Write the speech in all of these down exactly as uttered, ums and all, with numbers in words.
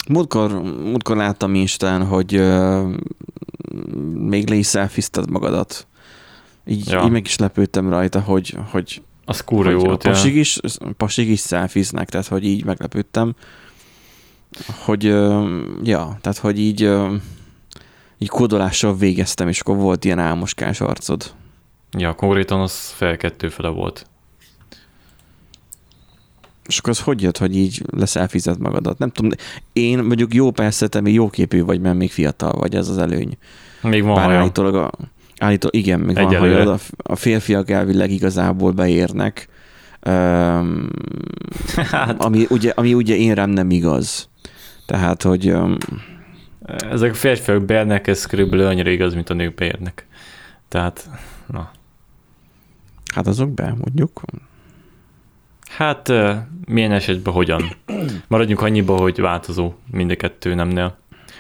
Múltkor, múltkor láttam Instán, hogy uh, még le is szelfizted magadat. Így, ja. így meg is lepődtem rajta, hogy, hogy, az kurva jó volt, a pasig ja. is, pasig is szelfiznek, tehát hogy így meglepődtem, hogy uh, ja, tehát hogy így, uh, így kódolással végeztem, és akkor volt ilyen álmoskás arcod. Ja, konkrétan az fel kettő fele volt. És akkor az hogy jött, hogy így leszelfized magadat? Nem tudom, én mondjuk jó persze, te még jóképű vagy, mert még fiatal vagy, ez az előny. Még van Bár hajam. állítólag, a, állítólag igen, még Egyelőre. van hajad, a férfiak elvileg igazából beérnek, um, hát. ami, ugye, ami ugye én rám nem igaz. Tehát, hogy... Um, ezek a férfiak beérnek, ez körülbelül annyira igaz, mint a nők beérnek. Tehát, na. Hát azok be, mondjuk. Hát milyen esetben hogyan? Maradjunk annyiba, hogy változó mind a kettő nemnél.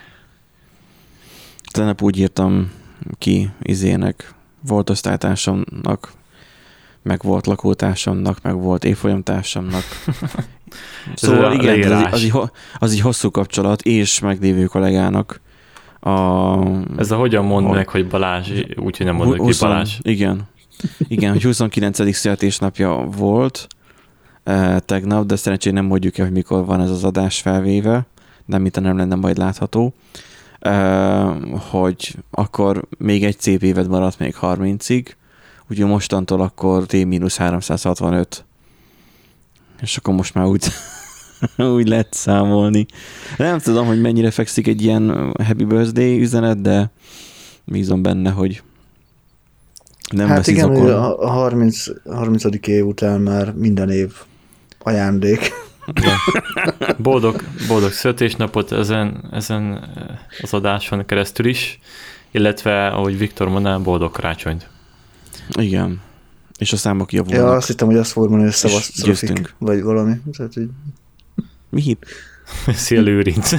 Tegnap úgy írtam ki izének, volt osztálytársamnak, meg volt lakótársamnak, meg volt évfolyamtársamnak. Szóval igen, az, az, így, az így hosszú kapcsolat, és meglévő kollégának. A, Ez a hogyan mond a, meg, hogy Balázs, úgyhogy nem mondod ki Balázs. Igen, igen, hogy huszonkilencedik születésnapja volt eh, tegnap, de szerencsére nem mondjuk el, hogy mikor van ez az adás felvéve, nem mint nem lenne majd látható, eh, hogy akkor még egy szép évet maradt még harmincig, úgyhogy mostantól akkor T háromszázhatvanöt. És akkor most már úgy, úgy lehet számolni. Nem tudom, hogy mennyire fekszik egy ilyen happy birthday üzenet, de bízom benne, hogy nem hát veszi igen, zokon. A harminc, harmincadik év után már minden év ajándék. Ja. Boldog, boldog születésnapot ezen, ezen az adáson keresztül is, illetve, ahogy Viktor mondná, boldog karácsonyt. Igen. És a számok javulnak. Ja, azt hittem, hogy azt fogod mondani, hogy szevasztok, vagy valami. Tehát, hogy... Mi hit? Szia, Lőrinc.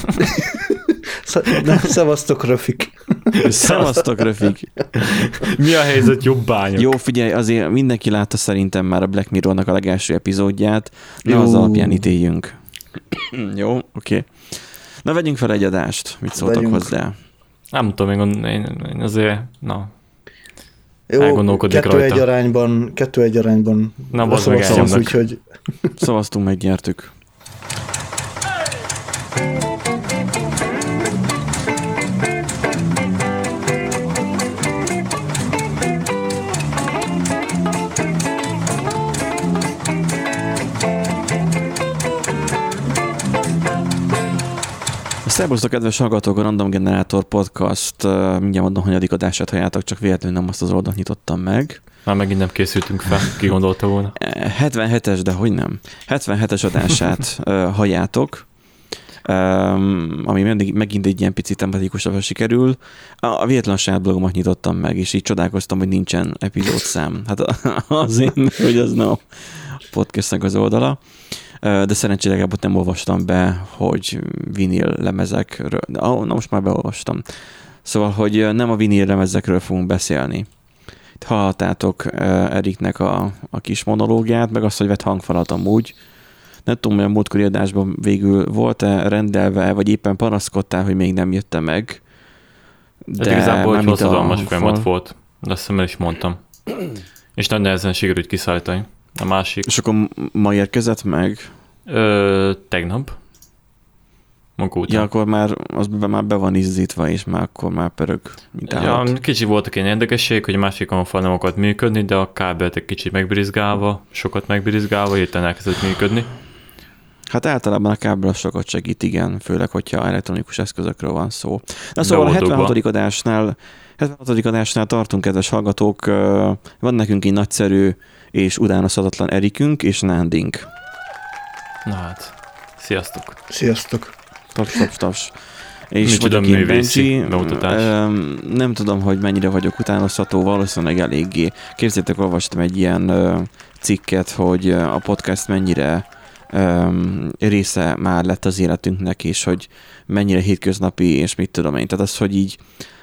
Szevasztok, Röfik. Szevasztok, Röfik. Mi a helyzet, jobbányok? Jó, figyelj, azért mindenki látta szerintem már a Black Mirrornak a legelső epizódját. Ne az alapján ítéljünk. Jó, oké. Okay. Na, vegyünk fel egy adást. Mit szóltak vegyünk hozzá? Nem tudom, én, én, én azért, na... Jó, kettő egy arányban, kettő egy arányban Na, szavaztunk, úgyhogy... Szavaztunk, megnyertük. Szerbusztok, kedves hallgatók, a Random Generator Podcast, mindjárt mondom, hogy addig adását halljátok, csak véletlenül nem azt az oldalt nyitottam meg. Már megint nem készültünk fel, ki gondolta volna. hetvenhetes, de hogy nem. hetvenhetes adását halljátok, ami mindig, megint egy ilyen picit tematikusabbra sikerül. A véletlenság blogomat nyitottam meg, és így csodálkoztam, hogy nincsen epizódszám. Hát azért, hogy az nem a podcastnak az oldala. De szerencsére legalább nem olvastam be, hogy vinil lemezekről, na most már beolvastam. Szóval, hogy nem a vinil lemezekről fogunk beszélni. Itt hallhattátok Eriknek a, a kis monológiát, meg azt, hogy vett hangfalat amúgy. Nem tudom, hogy a múltkori adásban végül volt-e rendelve, vagy éppen panaszkodtál, hogy még nem jötte meg. De igazából egy hosszadalmas folyamat volt, de azt hiszem el is mondtam. És nagy nehezen sikerült kiszállítani. A másik. És akkor ma érkezett meg? Ö, tegnap. Munka után. Ja, akkor már, az már be van izzítva, és már akkor már pörög, mint állat. Ja, kicsi voltak ilyen érdekesség, hogy a másik fal nem akart működni, de a kábelt egy kicsit megbirizgálva, sokat megbirizgálva, hirtelen elkezdett működni. Hát általában a kábel sokat segít, igen, főleg, hogyha elektronikus eszközökről van szó. Na szóval a hetvenhatodik adásnál, hetvenhatodik adásnál tartunk, kedves hallgatók, van nekünk egy nagyszerű és utánozhatatlan Erikünk és Nándink. Na hát, sziasztok. Sziasztok. Taps, taps, taps. És micsoda művészi bemutatás. Nem tudom, hogy mennyire vagyok utánozható, valószínűleg eléggé. Képzeljétek, olvastam egy ilyen cikket, hogy a podcast mennyire része már lett az életünknek, és hogy mennyire hétköznapi, és mit tudom én. Tehát az, hogy így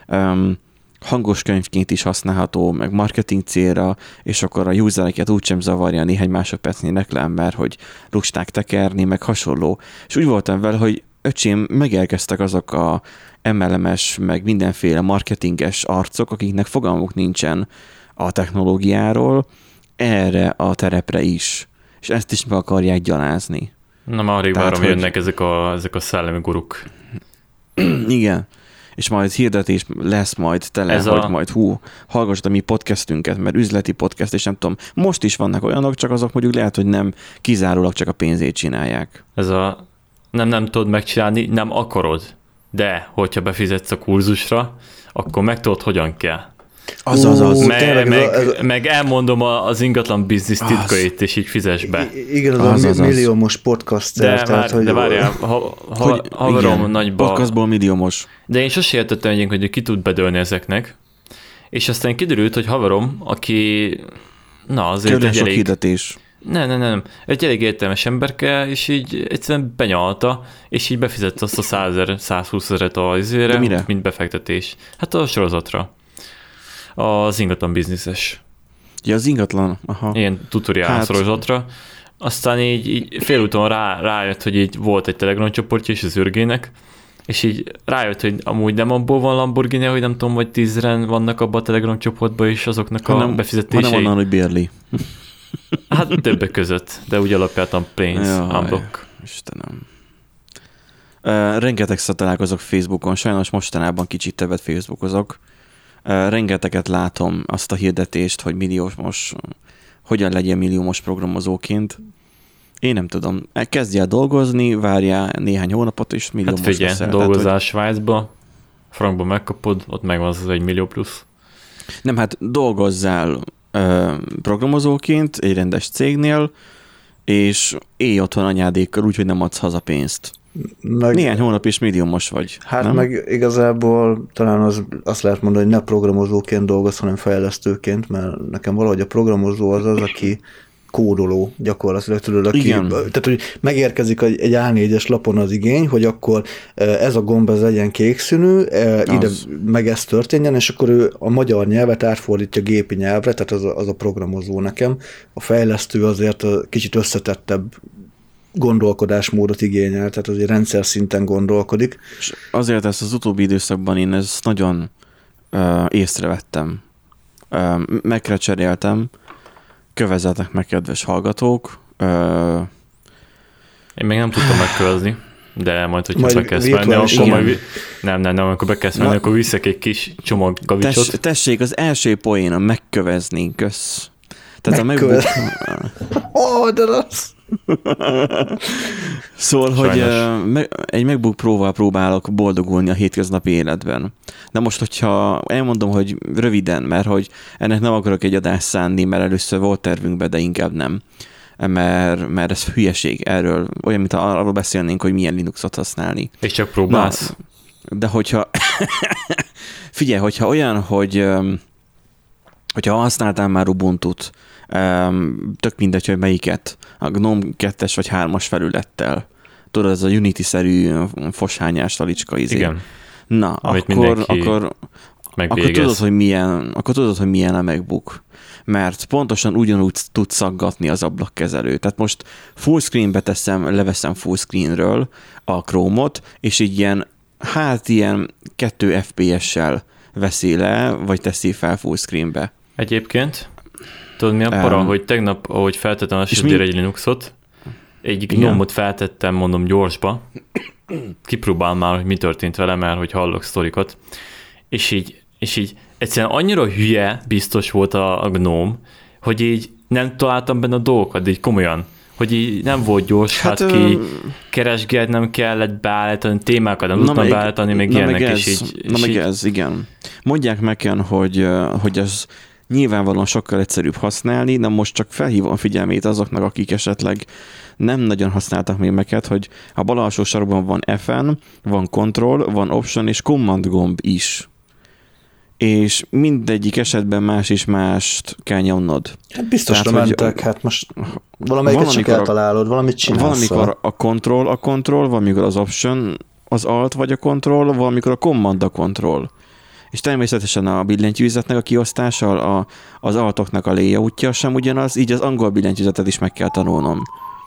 hangos könyvként is használható, meg marketing célra, és akkor a usereket úgysem zavarja néhány másodpercnél reklám, mert hogy lusták tekerni, meg hasonló. És úgy voltam vele, hogy öcsém, megelkeztek azok a em el em-es, meg mindenféle marketinges arcok, akiknek fogalmuk nincsen a technológiáról, erre a terepre is. És ezt is meg akarják gyalázni. Na már alig várom, hogy... jönnek ezek a, ezek a szellemi guruk. Igen. És majd hirdetés lesz majd tele, Ez hogy a... majd hú, hallgassd a mi podcastünket, mert üzleti podcast, és nem tudom, most is vannak olyanok, csak azok mondjuk lehet, hogy nem kizárólag csak a pénzét csinálják. Ez a nem, nem tudod megcsinálni, nem akarod, de hogyha befizetsz a kurzusra, akkor megtudod, hogyan kell. Az, az, az. Me, meg, ez a... meg elmondom az ingatlan biznisz titkait, és így fizess be. I- igen, az, az a az, milliómos podcaster. De, tehát, hogy... de várjál, ha, ha, haverom nagyba... Podcastból milliómos. De én sose értettem egyébként, hogy ki tud bedőlni ezeknek. És aztán kiderült, hogy haverom, aki... Na, azért egy elég... hirdetés. Nem, nem, nem. Egy elég értelmes emberke, és így egyszerűen benyalta, és így befizette azt a százezer, százhúszezret a izére, mint befektetés. Hát a sorozatra. Az ingatlan bizniszes. Ja, az ingatlan, aha. Ilyen tutoriál hát... sorozatra. Aztán így, így félúton rá, rájött, hogy így volt egy Telegram csoportja is az űrgének, és így rájött, hogy amúgy nem abból van Lamborghini, hogy nem tudom, hogy tízren vannak abban a Telegram csoportban, és azoknak a hanem, befizetései. Hanem onnan, hogy bérli. Hát többek között, de úgy alapjáltan pénz, Jaj, unblock. Istenem. Uh, rengetegszer találkozok Facebookon, sajnos mostanában kicsit többet Facebookozok. Uh, rengeteget látom azt a hirdetést, hogy milliómos, hogyan legyen milliómos programozóként. Én nem tudom. Kezdj el dolgozni, várjál néhány hónapot, és milliómos hát figyelj, leszel. dolgozzál Tehát, Svájcba, frankba megkapod, ott megvan az egy millió plusz. Nem, hát dolgozzál uh, programozóként egy rendes cégnél, és élj otthon anyádékkal úgy, hogy nem adsz haza pénzt. Meg, néhány hónap is milliómos vagy. Hát nem? meg igazából talán az, azt lehet mondani, hogy ne programozóként dolgoz, hanem fejlesztőként, mert nekem valahogy a programozó az az, aki kódoló gyakorlatilag, tudod, aki, Igen. tehát, hogy megérkezik egy á négyes lapon az igény, hogy akkor ez a gomb ez legyen kékszínű, ide az. meg ez történjen, és akkor ő a magyar nyelvet átfordítja gépi nyelvre, tehát az a, az a programozó nekem. A fejlesztő azért a kicsit összetettebb gondolkodásmódot igényel, tehát azért rendszer szinten gondolkodik. És azért ezt az utóbbi időszakban én ezt nagyon uh, észrevettem. Uh, megrecseréltem. Kövezzetek meg, kedves hallgatók. Uh, én még nem tudtam megkövezni, de majd, hogyha majd bekezd menni, akkor majd... Nem, nem, nem, amikor bekezd menni, akkor viszek egy kis csomag gavicsot. Tess, tessék, az első poén a megkövezni, kösz. Tehát Megköve... a megbuk... Ó, oh, de rossz! Szóval, Sajnos. hogy egy MacBook Pro-val próbálok boldogulni a hétköznapi életben. De most, hogyha elmondom, hogy röviden, mert hogy ennek nem akarok egy adást szánni, mert először volt tervünkben, de inkább nem. Mert, mert ez hülyeség erről. Olyan, mint arról beszélnénk, hogy milyen Linuxot használni. És csak próbálsz. Na, de hogyha... Figyelj, hogyha olyan, hogy... hogyha használtál már Ubuntut, tök mindegy, hogy melyiket, a GNOME kettes vagy hármas felülettel. Tudod, ez a Unity-szerű foshányás talicska izé. Igen. Na, Amit akkor, akkor, akkor, tudod, hogy milyen, akkor tudod, hogy milyen a MacBook. Mert pontosan ugyanúgy tud szaggatni az ablakkezelő. Tehát most full screenbe teszem, leveszem full screenről a Chrome-ot, és így ilyen, hát ilyen kettő ef pé es-sel veszi le, vagy teszi fel full screenbe. Egyébként tudod, mi a para, um, hogy tegnap, ahogy feltettem a sütőre egy Linuxot, egy gnomot feltettem, mondom, gyorsba, kipróbálom már, hogy mi történt vele, mert hogy hallok sztorikat, és így, és így egyszerűen annyira hülye biztos volt a, a gnóm, hogy így nem találtam benne a dolgokat, de így komolyan, hogy így nem volt gyors, hát, hát ki keresgélt, nem kellett beállítani, témákat nem tudtam beállítani, még ilyenek, és így... Na meg ez, igen. Mondják meg, hogy, hogy ez nyilvánvalóan sokkal egyszerűbb használni, de most csak felhívom figyelmét azoknak, akik esetleg nem nagyon használtak még Mac-et, hogy a bal alsó sarokban van ef en, van Control, van Option és Command gomb is. És mindegyik esetben más és mást kell nyomnod. Hát biztosra Tehát, mentek, hogy hát most valamelyiket csak eltalálod, valamit csinálsz. Valamikor a Control a Control, valamikor az Option az Alt vagy a Control, valamikor a Command a Control. És természetesen a billentyűzetnek a kiosztása, a, az altoknak a layoutja sem ugyanaz, így az angol billentyűzetet is meg kell tanulnom.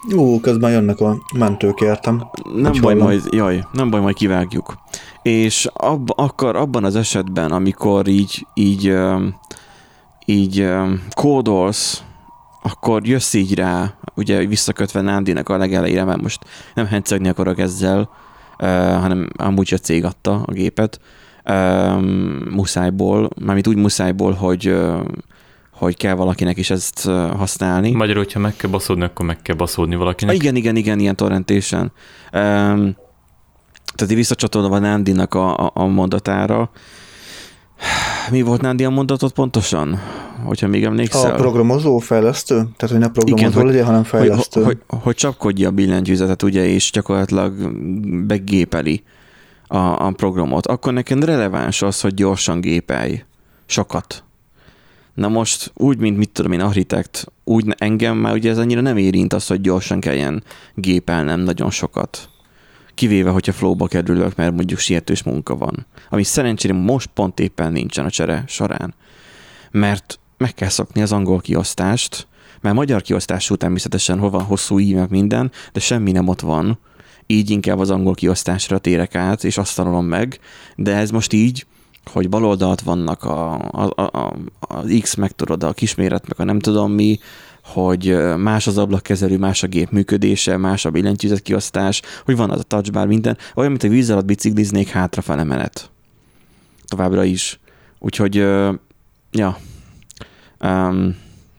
Ó, közben jönnek a mentők, értem. Nem Úgy baj, majd, jaj, nem baj, majd kivágjuk. És ab, akkor abban az esetben, amikor így, így, így kódolsz, akkor jössz így rá, ugye visszakötve Nándinek a legelejére, mert most nem hencegni akarok ezzel, uh, hanem amúgy a cég adta a gépet, uh, muszájból, mármint úgy muszájból, hogy, uh, hogy kell valakinek is ezt uh, használni. Magyarul, hogyha meg kell baszódni, akkor meg kell baszódni valakinek. Igen, igen, igen, ilyen torrentésen. Um, tehát így visszacsatolva Nándinak a, a, a mondatára. Mi volt Nándi a mondatot pontosan? Hogyha még emlékszel? A programozó, fejlesztő? Tehát, hogy ne programozó igen, legyen, hanem fejlesztő. Hogy, hogy, hogy csapkodja a billentyűzetet, ugye, és gyakorlatilag begépeli a, a programot. Akkor neked releváns az, hogy gyorsan gépelj. Sokat. Na most úgy, mint mit tudom én, architekt, úgy engem már ugye ez annyira nem érint az, hogy gyorsan kelljen gépelnem nagyon sokat. Kivéve, hogyha flowba kerülök, mert mondjuk sietős munka van. Ami szerencsére most pont éppen nincsen a csere során. Mert meg kell szokni az angol kiosztást, mert magyar kiosztás után természetesen hol van hosszú í meg minden, de semmi nem ott van. Így inkább az angol kiosztásra térek át, és azt tanulom meg. De ez most így, hogy bal oldalt vannak a, a, a, az X, meg tudod, a kisméret, meg a nem tudom mi, hogy más az ablakkezelő, más a gép működése, más a billentyűzet kiosztás, hogy van az a touchbar, minden. Olyan, mint a víz alatt bicikliznék, hátrafele menet. Továbbra is. Úgyhogy, ja, um,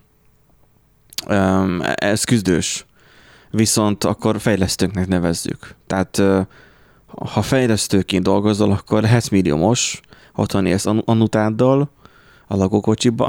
um, ez küzdős. Viszont akkor fejlesztőknek nevezzük. Tehát ha fejlesztőként dolgozol, akkor lehetsz milliómos, otthon élsz anutáddal a lakókocsiba,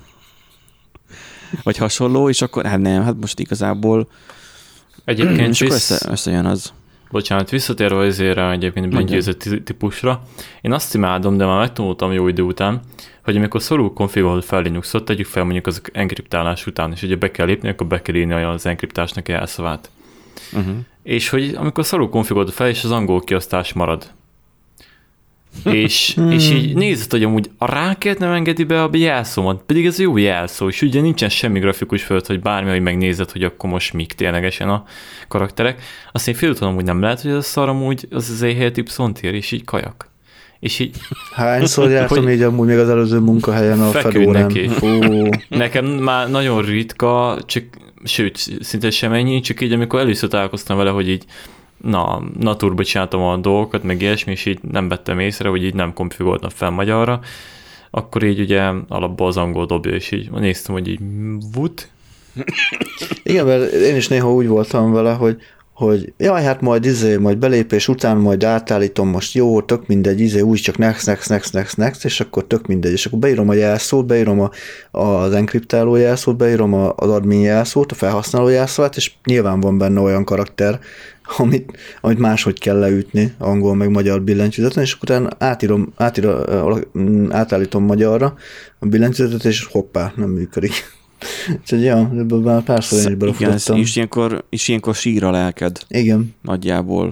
vagy hasonló, és akkor hát nem, hát most igazából egyébként és visz... össze, összejön az. Bocsánat, visszatérve azért egyébként billentyűzet típusra, én azt imádom, de már megtanultam jó idő után, hogy amikor szorul konfigurálod fel Linuxot, tegyük fel mondjuk az enkriptálás után, és ugye be kell lépni, akkor be kell írni az enkriptásnak a jelszavát. Uh-huh. És hogy amikor szorul konfigurálod fel, és az angol kiosztás marad. és, hmm. és így nézed, hogy amúgy a ráket nem engedi be a jelszómat, pedig ez jó jelszó, és ugye nincsen semmi grafikus fölött, hogy bármi, hogy megnézed, hogy akkor most mik ténylegesen a karakterek. Azt én félúton amúgy nem lehet, hogy az szar amúgy az az éhelyet Y-t ér, és így kajak. És így... Hányszor jártam így amúgy még az előző munkahelyen a Fedórán. Nekem már nagyon ritka, csak, sőt, szinte sem ennyi, csak így amikor először találkoztam vele, hogy így na, naturba csináltam a dolgokat, meg ilyesmi, és így nem vettem észre, hogy így nem konfiguráltam fel magyarra, akkor így ugye alapból az angol dobja, és így néztem, hogy így what? Igen, mert én is néha úgy voltam vele, hogy hogy jaj, hát majd izé, majd belépés után majd átállítom, most jó, tök mindegy, izé, úgy csak next, next, next, next, next, és akkor tök mindegy, és akkor beírom a jelszót, beírom a, az enkriptáló jelszót, beírom a, az admin jelszót, a felhasználó jelszót, és nyilván van benne olyan karakter, amit, amit máshogy kell leütni, angol meg magyar billentyűzeten, és akkor utána átírom, átírom, átállítom magyarra a billentyűzetet, és hoppá, nem működik. Úgyhogy ja, ebből már párszor én is belefutottam. És ilyenkor, és ilyenkor sír a lelked. Igen. Nagyjából.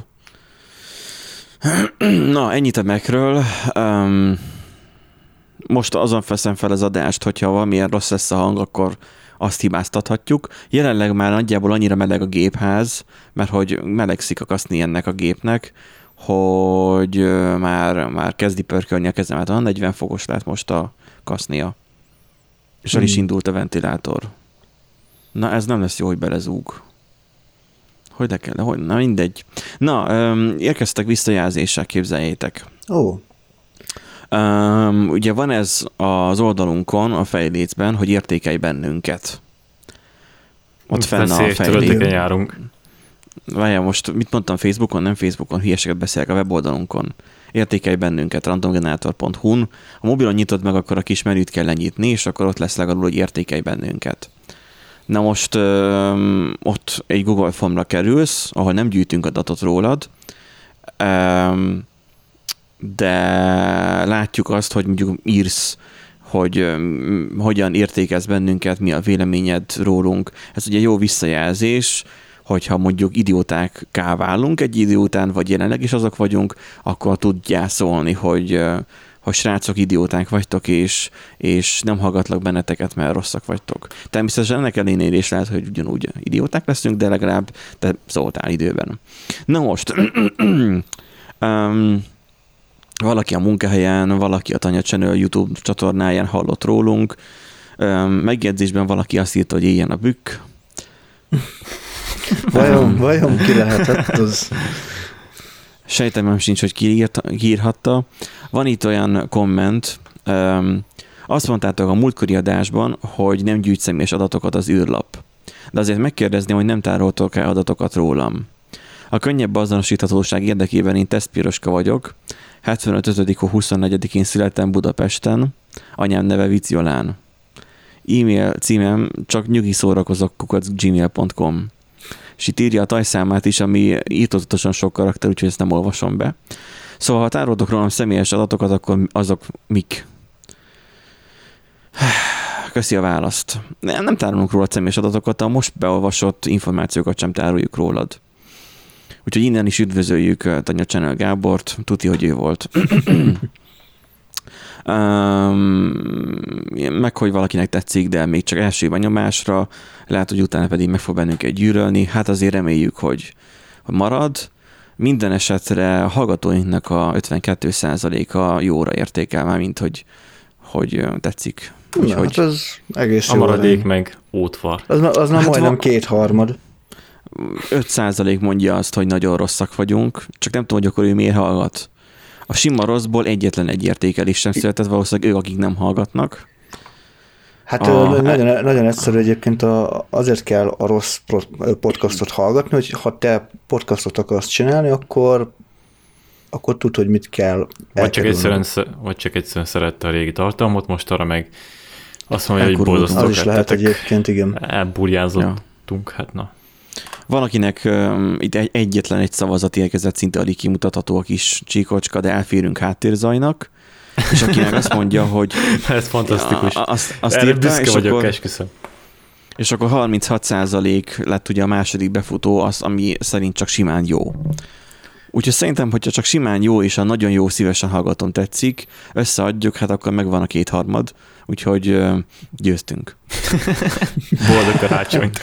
Na, ennyit a Macről. Um, most azon feszem fel az adást, hogyha valamilyen rossz lesz a hang, akkor azt hibáztathatjuk. Jelenleg már nagyjából annyira meleg a gépház, mert hogy melegszik a kaszni ennek a gépnek, hogy már, már kezdi pörkölni a kezemet. A negyven fokos lett most a kasznia. És el is indult a ventilátor. Na, ez nem lesz jó, hogy belezúg. Hogy de kell, de hogy? Na, mindegy. Na, um, érkeztek visszajelzések, képzeljétek. Ó. Oh. Um, ugye van ez az oldalunkon, a fejlécben, hogy értékelj bennünket. Ott fenn a fejléc. járunk. Várjál, most mit mondtam Facebookon? Nem Facebookon, hülyeséget beszélek a weboldalunkon. Értékelj bennünket randomgenerator pont hu-n. A mobilon nyitod meg, akkor a kis menüt kell lenyitni, és akkor ott lesz legalább, hogy értékelj bennünket. Na most öm, ott egy Google Formra kerülsz, ahol nem gyűjtünk adatot rólad, öm, de látjuk azt, hogy mondjuk írsz, hogy öm, hogyan értékelsz bennünket, mi a véleményed rólunk. Ez ugye jó visszajelzés, hogyha mondjuk idióták válunk egy idő után, vagy jelenleg is azok vagyunk, akkor tudjál szólni, hogy, hogy srácok, idióták vagytok, és, és nem hallgatlak benneteket, mert rosszak vagytok. Természetesen ennek ellenére is lehet, hogy ugyanúgy idióták leszünk, de legalább te szóltál időben. Na most, um, valaki a munkahelyen, valaki a Tanya Channel YouTube csatornáján hallott rólunk, um, megjegyzésben valaki azt írta, hogy éljen a bükk. Vajon, vajon ki lehetett az? Sejtemem sincs, hogy ki, írt, ki írhatta. Van itt olyan komment, um, azt mondtátok a múltkori adásban, hogy nem gyűjt személyes adatokat az űrlap. De azért megkérdezném, hogy nem tároltok-e adatokat rólam. A könnyebb azonosíthatóság érdekében én Tesztpiroska vagyok, hetvenöt ötödik huszonnegyedikén születtem Budapesten, anyám neve Viciolán. E-mail címem csak nyugi szórakozok kukac gmail pont com. És itt írja a tajszámát is, ami írtózatosan sok karakter, úgyhogy ezt nem olvasom be. Szóval, ha tároltok rólam személyes adatokat, akkor azok mik? Köszi a választ. Nem, nem tárolunk rólad személyes adatokat, a most beolvasott információkat sem tároljuk rólad. Úgyhogy innen is üdvözöljük Tanya Channel Gábort, tuti, hogy ő volt. um, meg, hogy valakinek tetszik, de még csak első benyomásra, lehet, hogy utána pedig meg fog bennünket gyűrölni. Hát azért reméljük, hogy marad. Minden esetre a hallgatóinknak a ötvenkét százaléka jóra értékel már, mint hogy, hogy tetszik. Úgy, Na, hogy hát az egész a jó. A maradék meg ótvar. Az, az már hát majdnem van... kétharmad. öt százalék mondja azt, hogy nagyon rosszak vagyunk, csak nem tudom, hogy akkor ő miért hallgat. A sima rosszból egyetlen egy értékelés sem született, valószínűleg ők, akik nem hallgatnak. Hát a... nagyon, nagyon egyszerű egyébként a, azért kell a rossz podcastot hallgatni, hogy ha te podcastot akarsz csinálni, akkor, akkor tudd, hogy mit kell vagy csak, egyszerűen, vagy csak egyszerűen szerette a régi tartalmat, most arra meg azt mondja, hogy boldoztok. Az is lehet egyébként, igen. Elburjázottunk, ja. Hát na. Van, akinek um, itt egy, egyetlen egy szavazat érkezett, szinte alig kimutatható a kis csíkocska, de elférünk háttérzajnak, és akinek azt mondja, hogy... Ez fantasztikus. A, azt, azt Erre írta, büszke és vagyok, akkor, esküszöm. És akkor harminchat százalék lett ugye a második befutó, az, ami szerint csak simán jó. Úgyhogy szerintem, hogyha csak simán jó, és a nagyon jó szívesen hallgatom tetszik, összeadjuk, hát akkor megvan a kétharmad, úgyhogy uh, győztünk. Boldog karácsonyt!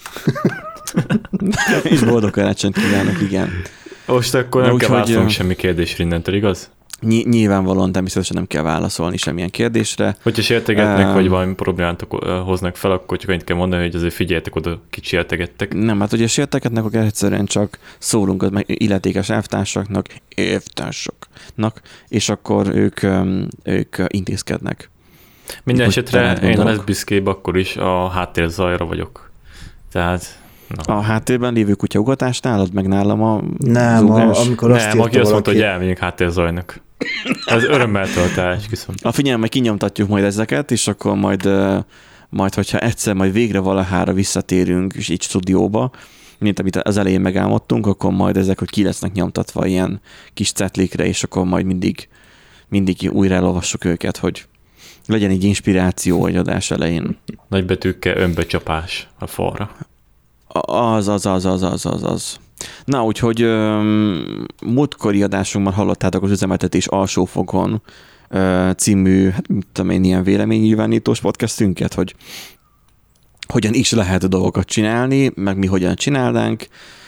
És boldog karácsonyt kívánok, igen. Most akkor nem kell válaszolnunk semmi kérdésre innentől, igaz? Ny- nyilvánvalóan természetesen nem kell válaszolni semmilyen kérdésre. Hogyha sértegetnek, um, vagy valami problémát hoznak fel, akkor csak annyit kell mondani, hogy azért figyeljetek oda, kit sértegettek. Nem, hát ugye sértegetnek, akkor egyszerűen csak szólunk az meg illetékes elvtársaknak, évtársaknak, és akkor ők, ők intézkednek. Minden esetre én a leszbiszkébb akkor is a háttérzajra vagyok. Tehát... Na. A háttérben lévő kutyaugatás nálad, meg nálam a Nem, a, amikor azt Nem, aki azt mondta, hogy elmegyünk háttérzajnak. Ez örömmel tölt el, esküszöm. A figyelme, majd kinyomtatjuk majd ezeket, és akkor majd, majd, hogyha egyszer majd végre valahára visszatérünk, és így stúdióba, mint amit az elején megálmodtunk, akkor majd ezek, hogy ki lesznek nyomtatva ilyen kis cetlékre, és akkor majd mindig, mindig újra elolvassuk őket, hogy legyen így inspiráció egy adás elején. Nagybetűkkel önbecsapás a falra. Az, az, az, az, az, az, az. Na, úgyhogy um, múltkori adásunkban hallottátok az Üzemeltetés alsófogon uh, című, hát mit tudom én, ilyen véleménynyilvánítós podcastünket, hogy hogyan is lehet dolgokat csinálni, meg mi hogyan csinálnánk.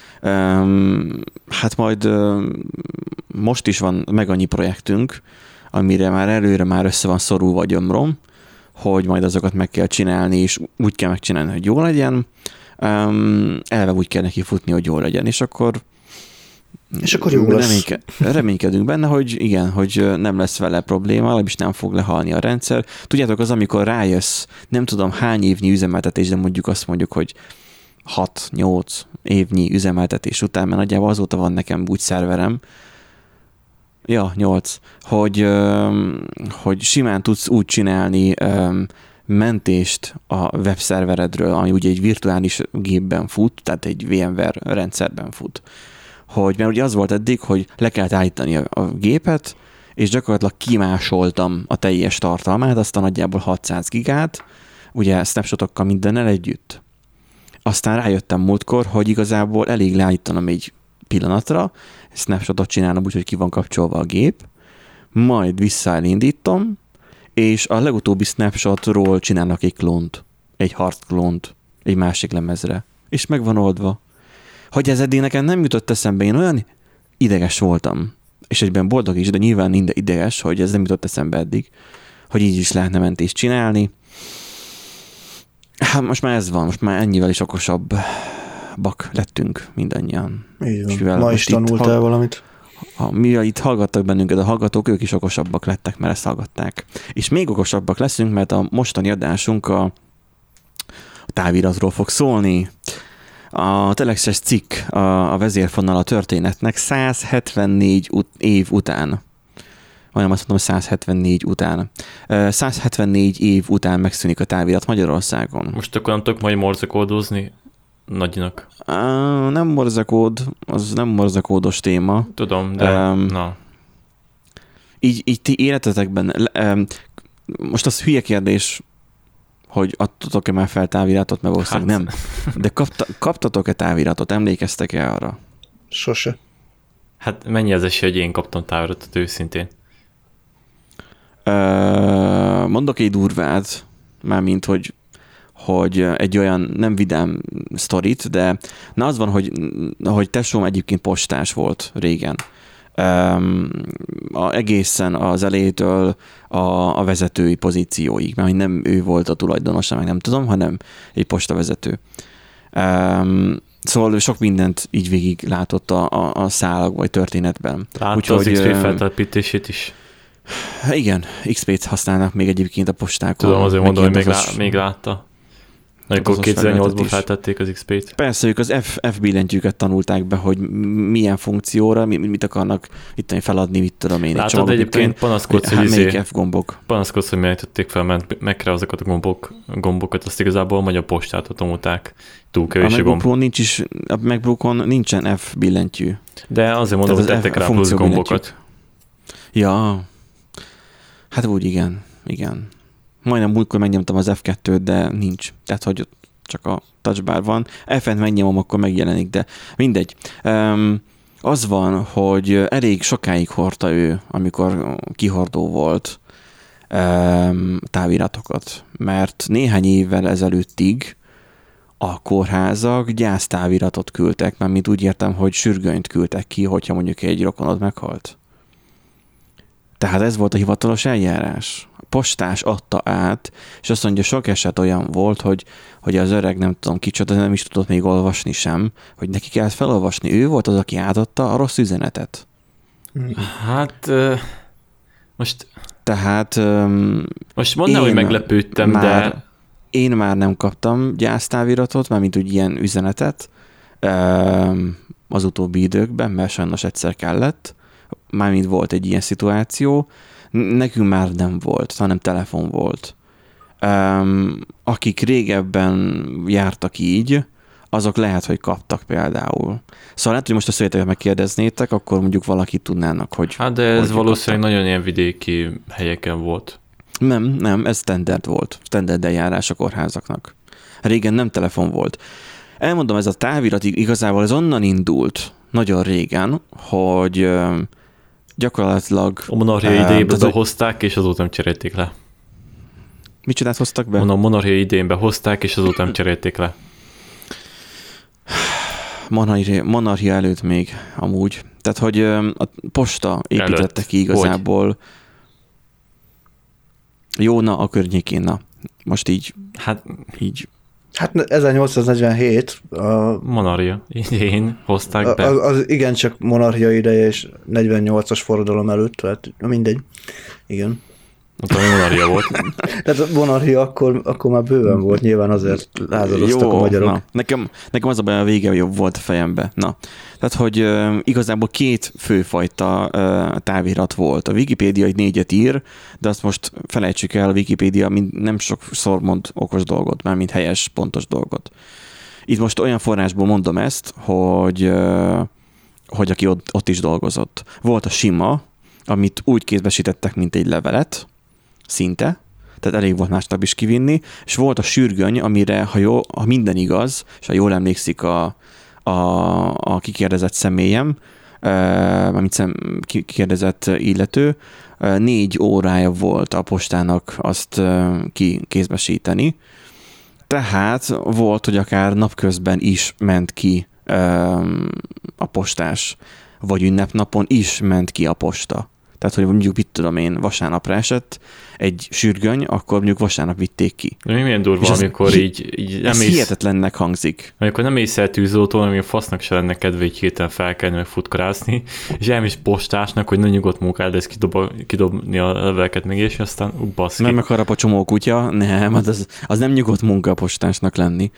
Um, hát majd um, most is van meg annyi projektünk, amire már előre már össze van szorulva a gyomrom, hogy majd azokat meg kell csinálni, és úgy kell megcsinálni, hogy jó legyen. Um, elve úgy kell neki futni, hogy jól legyen, és akkor és akkor jó lesz. Reményke, reménykedünk benne, hogy igen, hogy nem lesz vele probléma, legalábbis nem fog lehalni a rendszer. Tudjátok, az, amikor rájössz, nem tudom hány évnyi üzemeltetés, de mondjuk azt mondjuk, hogy hat-nyolc évnyi üzemeltetés után, mert nagyjából azóta van nekem úgy szerverem, ja, nyolc, hogy, hogy simán tudsz úgy csinálni mentést a webszerveredről, ami ugye egy virtuális gépben fut, tehát egy VMware rendszerben fut. Hogy, mert ugye az volt eddig, hogy le kellett állítani a, a gépet, és gyakorlatilag kimásoltam a teljes tartalmát, aztán nagyjából hatszáz gigát, ugye snapshotokkal mindennel együtt. Aztán rájöttem múltkor, hogy igazából elég leállítanom egy pillanatra, snapshotot csinálnom úgy, hogy ki van kapcsolva a gép, majd visszaelindítom, és a legutóbbi snapshotról csinálnak egy klónt, egy hard klónt, egy másik lemezre, és meg van oldva. Hogy ez eddig nekem nem jutott eszembe, én olyan ideges voltam, és egyben boldog is, de nyilván ideges, hogy ez nem jutott eszembe eddig, hogy így is lehetne mentést csinálni. Hát most már ez van, most már ennyivel is okosabbak lettünk mindannyian. Így van. Ma is tanultál hall... valamit. Ha mi itt hallgattak bennünket a hallgatók, ők is okosabbak lettek, mert ezt hallgatták. És még okosabbak leszünk, mert a mostani adásunk a, a táviratról fog szólni. A telexes cikk a, a vezérfonal a történetnek száz hetvennégy ut- év után. Olyan azt mondom, száz hetvennégy után. száz hetvennégy év után megszűnik a távirat Magyarországon. Most akkor nem tudok majd morzakódozni nagynak? Uh, nem morzakód, az nem morzakódos téma. Tudom, de um, na. Így, így ti életetekben, um, most az hülye kérdés, hogy adtatok-e már fel táviratot, mert valószínűleg hát. nem. De kapta, kaptatok-e táviratot? Emlékeztek-e arra? Sose. Hát mennyi az esély, hogy én kaptam táviratot őszintén? Uh, mondok egy durvát, mármint, hogy, hogy egy olyan nem vidám sztorit, de na az van, hogy, hogy tesóm egyébként postás volt régen. Um, a, egészen az elejétől a, a vezetői pozícióig, mert nem ő volt a tulajdonosa, meg nem tudom, hanem egy postavezető. Um, szóval sok mindent így végig látott a, a, a szálak vagy történetben. Látta Úgyhogy, az iksz pé feltelepítését is. Igen, iksz pét használnak még egyébként a postákon. Tudom, azért mondom, hogy még, lá, még látta. Amikor kétezer-nyolcban feltették az iksz pét. Persze, ők az F, F billentyűket tanulták be, hogy milyen funkcióra, mit akarnak itt feladni, mit tudom én. Látod, egyébként panaszkodsz, hogy, hogy F gombok. Panaszkodsz, hogy megtették fel, mert megre azokat a gombok, gombokat, azt igazából a magyar postától tanulták. Túl kevés a gomb. Nincs is, a MacBookon nincsen F billentyű. De azért mondom, hogy tettek rá plusz gombokat. Ja, hát úgy igen, igen. Majdnem múltkor megnyomtam az F kettőt, de nincs. Tehát, hogy ott csak a touchbar van. F-en megnyomom, akkor megjelenik, de mindegy. Um, az van, hogy elég sokáig hordta ő, amikor kihordó volt um, táviratokat. Mert néhány évvel ezelőttig a kórházak gyásztáviratot küldtek, mert mint úgy értem, hogy sürgönyt küldtek ki, hogyha mondjuk egy rokonod meghalt. Tehát ez volt a hivatalos eljárás. A postás adta át, és azt mondja, sok eset olyan volt, hogy, hogy az öreg nem tudom kicsoda, nem is tudott még olvasni sem, hogy neki kellett felolvasni. Ő volt az, aki átadta a rossz üzenetet. Hát uh, most... Tehát... Um, most mondd, hogy meglepődtem, már, de... Én már nem kaptam gyásztáviratot, mármint úgy ilyen üzenetet um, az utóbbi időkben, mert sajnos egyszer kellett. Mármint volt egy ilyen szituáció, nekünk már nem volt, hanem telefon volt. Um, akik régebben jártak így, azok lehet, hogy kaptak például. Szóval lehet, hogy most a szöveteket megkérdeznétek, akkor mondjuk valakit tudnának, hogy... Hát de ez valószínűleg kaptak. Nagyon ilyen vidéki helyeken volt. Nem, nem, ez standard volt. Standard eljárás a kórházaknak. Régen nem telefon volt. Elmondom, ez a távirat igazából ez onnan indult, nagyon régen, hogy gyakorlatilag... A monarchia idejében behozták, és azóta nem cserélték le. Micsodát hoztak be? A monarchia idején behozták, és azóta nem cserélték le. Monarchia, monarchia előtt még amúgy. Tehát, hogy a posta építette ki igazából. Hogy? Jó, na, a környékén, na. Most így. Hát így. Hát ezernyolcszáznegyvenhét a monarchia idején hozták be. Az, az igencsak monarchia ideje, és negyvennyolcas forradalom előtt, tehát mindegy. Igen. Mondtam, hogy monarchia volt. Tehát a monarchia akkor, akkor már bőven volt, nyilván azért lázadoztak a magyarok. Na, nekem, nekem az a baj, a vége jobb volt a fejembe. Na, tehát, hogy uh, igazából két főfajta uh, távirat volt. A Wikipédia egy négyet ír, de azt most felejtsük el, a Wikipédia nem sokszor mond okos dolgot, mármint helyes, pontos dolgot. Itt most olyan forrásból mondom ezt, hogy, uh, hogy aki ott, ott is dolgozott. Volt a sima, amit úgy kézbesítettek, mint egy levelet, szinte, tehát elég volt másnap is kivinni, és volt a sürgöny, amire, ha, jó, ha minden igaz, és ha jól emlékszik a, a, a kikérdezett személyem, amit kérdezett illető, négy órája volt a postának azt kikézbesíteni. Tehát volt, hogy akár napközben is ment ki a postás, vagy ünnepnapon is ment ki a posta. Tehát, hogy mondjuk, mit tudom én, vasárnapra esett egy sürgöny, akkor mondjuk vasárnap vitték ki. Mi milyen durva, amikor hi- így, így nem ez ész... hihetetlennek hangzik. Amikor nem ész el tűzoltól, ami a fasznak se lenne kedve így héten felkelni, meg futkarászni, és elmész postásnak, hogy ne nyugodt munkád lesz kidob, kidobni a leveleket meg, és aztán ú, baszki. Nem megharap a csomó kutya, nem, az, az nem nyugodt munka a postásnak lenni.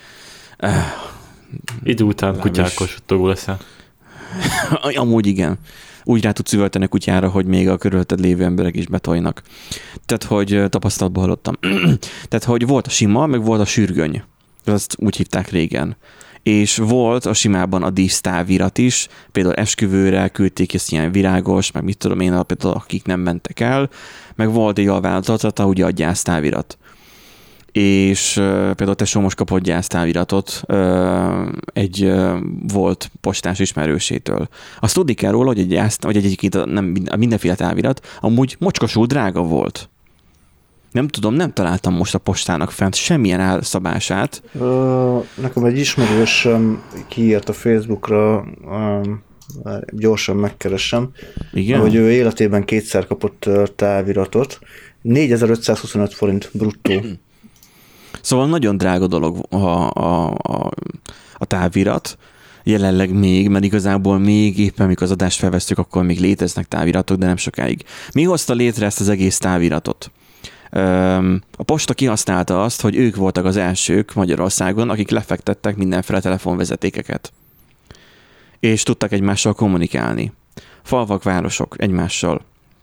Idő után kutyákos suttogó leszel. Amúgy igen. Úgy rá tudsz üvölteni a kutyára, hogy még a körülötted lévő emberek is betoljanak. Tehát, hogy tapasztalatból hallottam. Tehát, hogy volt a sima, meg volt a sürgöny. Azt úgy hívták régen. És volt a simában a dísztávirat is, például esküvőre küldték ezt ilyen virágos, meg mit tudom én, például akik nem mentek el, meg volt egy alvállalata, ugye a gyásztávirat. És uh, például tesó most kapott gyásztáviratot uh, egy uh, volt postás ismerősétől. Azt tudni kell róla, hogy egy gyász, vagy egyébként nem, mindenféle távirat amúgy mocskosul drága volt. Nem tudom, nem találtam most a postának fent semmilyen elszabását. Uh, nekem egy ismerősöm kiírt a Facebookra, um, gyorsan megkeresem, igen? hogy ő életében kétszer kapott táviratot, négyezer-ötszázhuszonöt forint bruttó. Szóval nagyon drága dolog a, a, a, a távirat, jelenleg még, mert igazából még éppen, amikor az adást felvesztük, akkor még léteznek táviratok, de nem sokáig. Mi hozta létre ezt az egész táviratot? A posta kihasználta azt, hogy ők voltak az elsők Magyarországon, akik lefektettek mindenféle telefonvezetékeket. És tudtak egymással kommunikálni. Falvak, városok egymással.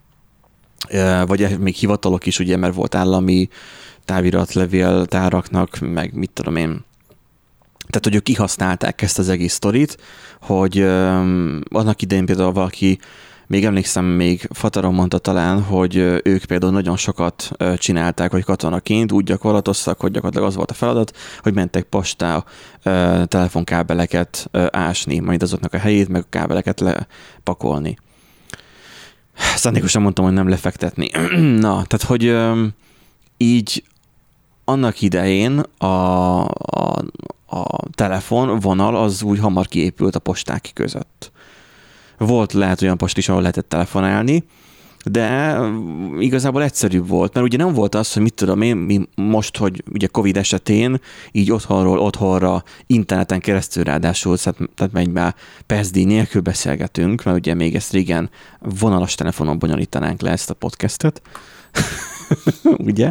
Vagy még hivatalok is, ugye, mert volt állami távirat, levél, táraknak, meg mit tudom én. Tehát, hogy ők kihasználták ezt az egész sztorit, hogy um, annak idején például valaki, még emlékszem, még Fataron mondta talán, hogy ők például nagyon sokat csinálták, hogy katonaként úgy gyakorlatoztak, hogy gyakorlatilag az volt a feladat, hogy mentek postá telefonkábeleket ásni, majd azoknak a helyét, meg a kábeleket lepakolni. Szándékosan mondtam, hogy nem lefektetni. Na, tehát, hogy um, így annak idején a, a, a telefonvonal az úgy hamar kiépült a posták között. Volt lehet olyan post is, ahol lehetett telefonálni, de igazából egyszerűbb volt, mert ugye nem volt az, hogy mit tudom én, mi most, hogy ugye Covid esetén így otthonról otthonra interneten keresztül ráadásul, tehát megy már percdíj nélkül beszélgetünk, mert ugye még ezt régen vonalas telefonon bonyolítanánk le ezt a podcastet, ugye?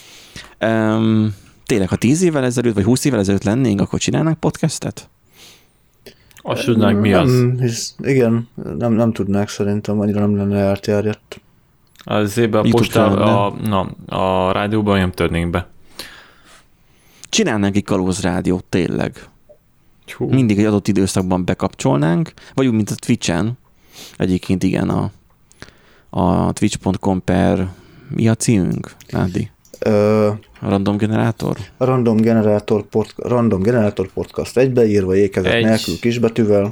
Um, tényleg, ha tíz évvel ezelőtt, vagy húsz évvel ezelőtt lennénk, akkor csinálnánk podcastet? Azt tudnánk, mi az? Nem, hisz, igen, nem, nem tudnák szerintem, annyira nem lenne elterjedt. Az évben a postában, a, na, a rádióban nem törnénk be. Csinálnánk egy kalózrádiót, tényleg. Hú. Mindig egy adott időszakban bekapcsolnánk, vagy úgy, mint a Twitch-en. Egyébként igen, a, a twitch pont com per mi a címünk, Nádi? Ö, a Random Generator? A Random Generator, pod, Random Generator Podcast egybeírva, ékezet Egy. nélkül kisbetűvel.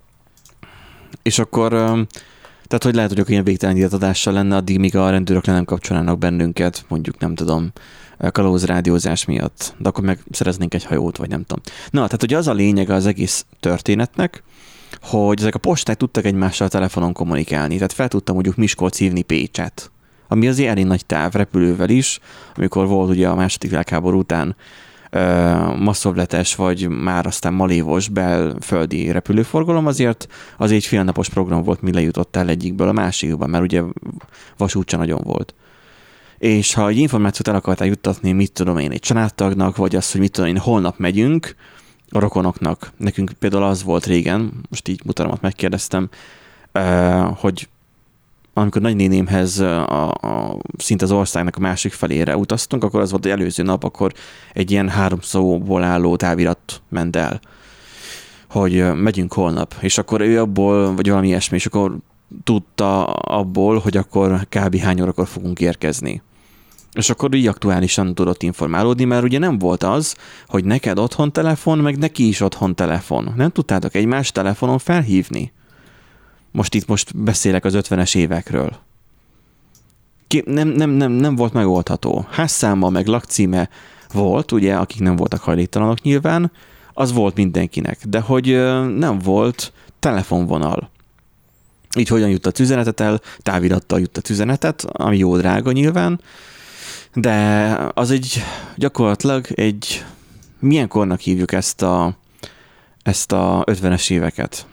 És akkor, tehát hogy lehet, hogy akkor ilyen végtelen adással lenne, addig míg a rendőrök le nem kapcsolnának bennünket, mondjuk nem tudom, kalózrádiózás miatt, de akkor meg szereznénk egy hajót, vagy nem tudom. Na, tehát ugye az a lényeg az egész történetnek, hogy ezek a posták tudtak egymással a telefonon kommunikálni, tehát fel tudtam mondjuk Miskolc hívni Pécset, ami azért elég nagy táv repülővel is, amikor volt ugye a második világháború után uh, masszovletes, vagy már aztán malévos belföldi repülőforgalom, azért az egy félnapos program volt, mi lejutottál egyikből a másikba, mert ugye vasút sem nagyon volt. És ha egy információt el akartál juttatni, mit tudom én, egy családtagnak, vagy azt, hogy mit tudom én, holnap megyünk a rokonoknak. Nekünk például az volt régen, most így mutaromat megkérdeztem, uh, hogy amikor nagynénémhez a, a, szinte az országnak a másik felére utaztunk, akkor az volt, hogy előző nap, akkor egy ilyen három szóból álló távirat ment el, hogy megyünk holnap. És akkor ő abból, vagy valami ilyesmi, és akkor tudta abból, hogy akkor kb. Hány órakor fogunk érkezni. És akkor így aktuálisan tudott informálódni, mert ugye nem volt az, hogy neked otthon telefon, meg neki is otthon telefon. Nem tudtátok egymás telefonon felhívni. most itt most beszélek az ötvenes évekről. Nem, nem, nem, nem volt megoldható. Házszáma meg lakcíme volt, ugye, akik nem voltak hajléktalanok nyilván, az volt mindenkinek, de hogy nem volt telefonvonal. Így hogyan juttat üzenetet el, távirattal juttat üzenetet, ami jó drága nyilván, de az egy gyakorlatilag egy, milyen kornak hívjuk ezt a, ezt a ötvenes éveket?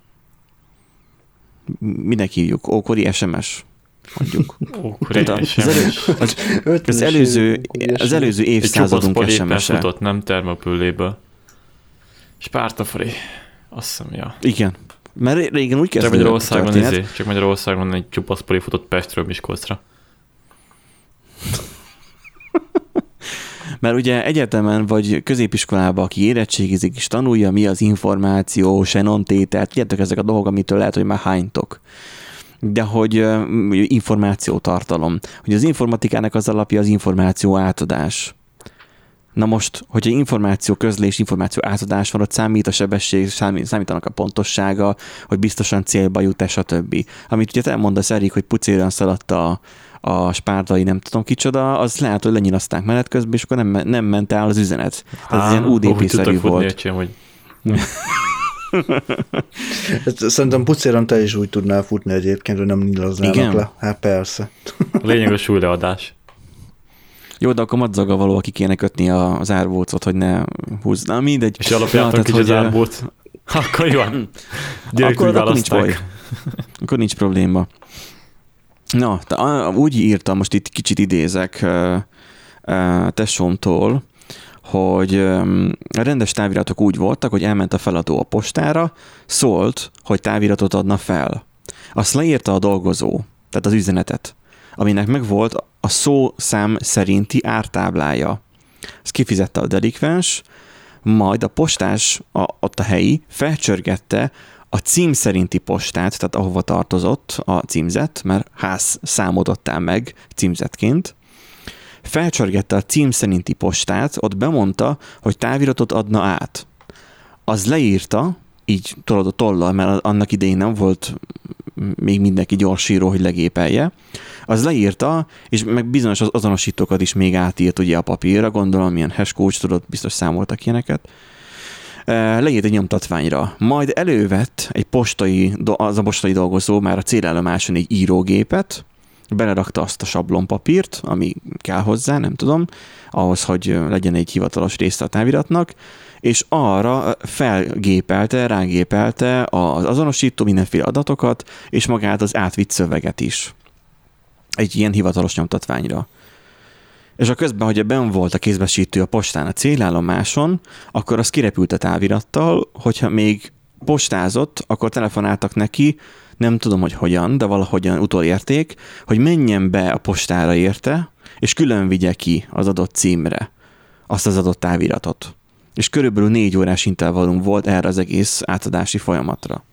Minek hívjuk? Ókori es em es? Mondjuk. Ókori es em es. Az, az, az, előző, az előző évszázadunk es em es-e. Futott, nem termopülléből. Spártafori. Azt hiszem, ja. Igen. Mert régen úgy kezdődött csak Magyarországon, izé, csak Magyarországon egy csupaszpoli futott Pestről Miskolcra. Mert ugye egyetemen vagy középiskolában, aki érettségizik és tanulja, mi az információ, Shannon tételt, tudjátok ezek a dolgok, amitől lehet, hogy már hánytok. De hogy uh, információtartalom. Hogy az informatikának az alapja az információ átadás. Na most, hogyha információ közlés, információ átadás van, ott számít a sebesség, számítanak a pontossága, hogy biztosan célba jut, stb. Amit ugye elmondasz, Erik, hogy pucéran szaladt a, a spártai, nem tudom kicsoda, az lehet, hogy lenyinaszták menet közben, és akkor nem, nem ment el az üzenet. Tehát ez ilyen u dé pé-szerű volt. Értsem, hogy... Szerintem pucéran te is úgy tudnál futni egyébként, hogy nem nyilasznának le. Hát persze. A lényeg a súlyleadás. Jó, de akkor madzaga való, aki kéne kötni az árbócot, hogy ne húzz. Na, mindegy. És alapjátok ja, is az árbóc. Akkor jó. Akkor, akkor nincs baj. Akkor nincs probléma. Na, úgy írtam, most itt kicsit idézek uh, uh, tesómtól, hogy um, a rendes táviratok úgy voltak, hogy elment a feladó a postára, szólt, hogy táviratot adna fel. Azt leírta a dolgozó, tehát az üzenetet, aminek megvolt a szószám szerinti ártáblája. Ezt kifizette a delikvens, majd a postás, a, ott a helyi, felcsörgette a cím szerinti postát, tehát ahova tartozott a címzet, mert ház számot adtál meg címzetként, felcsörgette a cím szerinti postát, ott bemondta, hogy táviratot adna át. Az leírta, így tudod a tollal, mert annak idején nem volt még mindenki gyorsíró, hogy legépelje, az leírta, és meg bizonyos azonosítókat is még átírt ugye a papírra, gondolom, milyen hashcoach, tudod, biztos számoltak ilyeneket. Leírt egy nyomtatványra. Majd elővett egy postai, az a postai dolgozó már a célállomáson egy írógépet, belerakta azt a sablonpapírt, ami kell hozzá, nem tudom, ahhoz, hogy legyen egy hivatalos része a táviratnak, és arra felgépelte, rágépelte az azonosító mindenféle adatokat, és magát az átvitt szöveget is. Egy ilyen hivatalos nyomtatványra. És a közben, hogy benn volt a kézbesítő a postán a célállomáson, akkor az kirepült a távirattal, hogyha még postázott, akkor telefonáltak neki, nem tudom, hogy hogyan, de valahogyan utolérték, hogy menjen be a postára érte, és külön vigye ki az adott címre azt az adott táviratot. És körülbelül négy órás intervallum volt erre az egész átadási folyamatra.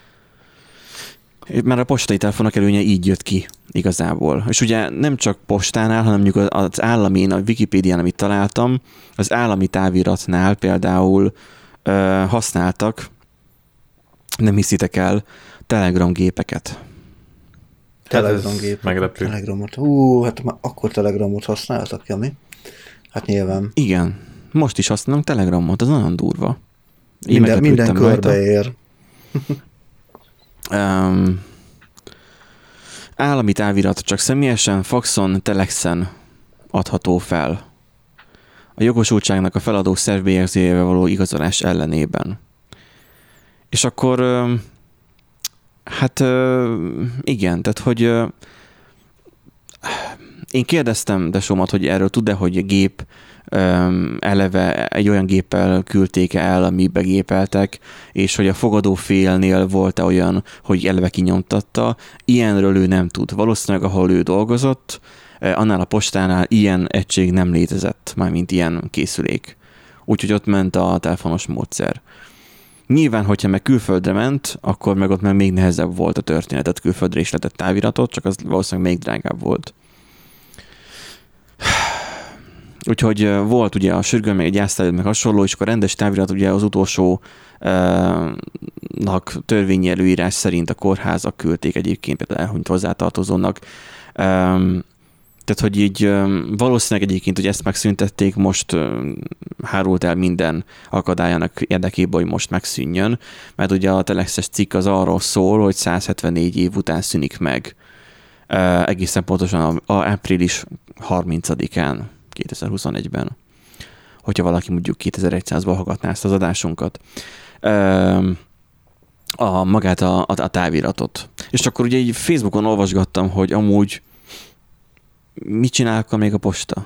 Már a postai telefonok előnye így jött ki igazából. És ugye nem csak postánál, hanem mondjuk az állami, a Wikipédián, amit találtam, az állami táviratnál például ö, használtak, nem hiszitek el, Telegram gépeket. Telegram gépeket. Meglepő. Telegramot. Hú, hát már akkor Telegramot használtak, Jami? Hát nyilván. Igen. Most is használunk Telegramot, az nagyon durva. Én minden minden körbeér. um, állami távirat csak személyesen, faxon, telexen adható fel. A jogosultságnak a feladó szervbélyegzőjével való igazolás ellenében. És akkor hát igen, tehát hogy én kérdeztem Desómat, hogy erről tud-e, hogy a gép eleve egy olyan géppel küldték el, amibe gépeltek, és hogy a fogadó félnél volt-e olyan, hogy eleve kinyomtatta. Ilyenről ő nem tud. Valószínűleg, ahol ő dolgozott, annál a postánál ilyen egység nem létezett, mármint ilyen készülék. Úgyhogy ott ment a telefonos módszer. Nyilván, hogyha meg külföldre ment, akkor meg ott meg még nehezebb volt a történetet, külföldre is letett táviratot, csak az valószínűleg még drágább volt. Úgyhogy volt ugye a sürgőn meg egy gyásztávirat meg hasonló, és akkor a rendes távirat ugye az utolsó törvényi előírás szerint a kórházak küldték egyébként például elhunyt hozzátartozónak. Tehát, hogy így valószínűleg egyébként, hogy ezt megszüntették, most hárult el minden akadályanak érdekében, hogy most megszűnjön, mert ugye a telexes cikk az arról szól, hogy száz hetvennégy év után szűnik meg egészen pontosan a, a április harmincadikán kétezer-huszonegyben, hogyha valaki mondjuk kétezer-százban hallgatná ezt az adásunkat. A magát a, a, a táviratot. És akkor ugye így Facebookon olvasgattam, hogy amúgy mit csinál még a posta?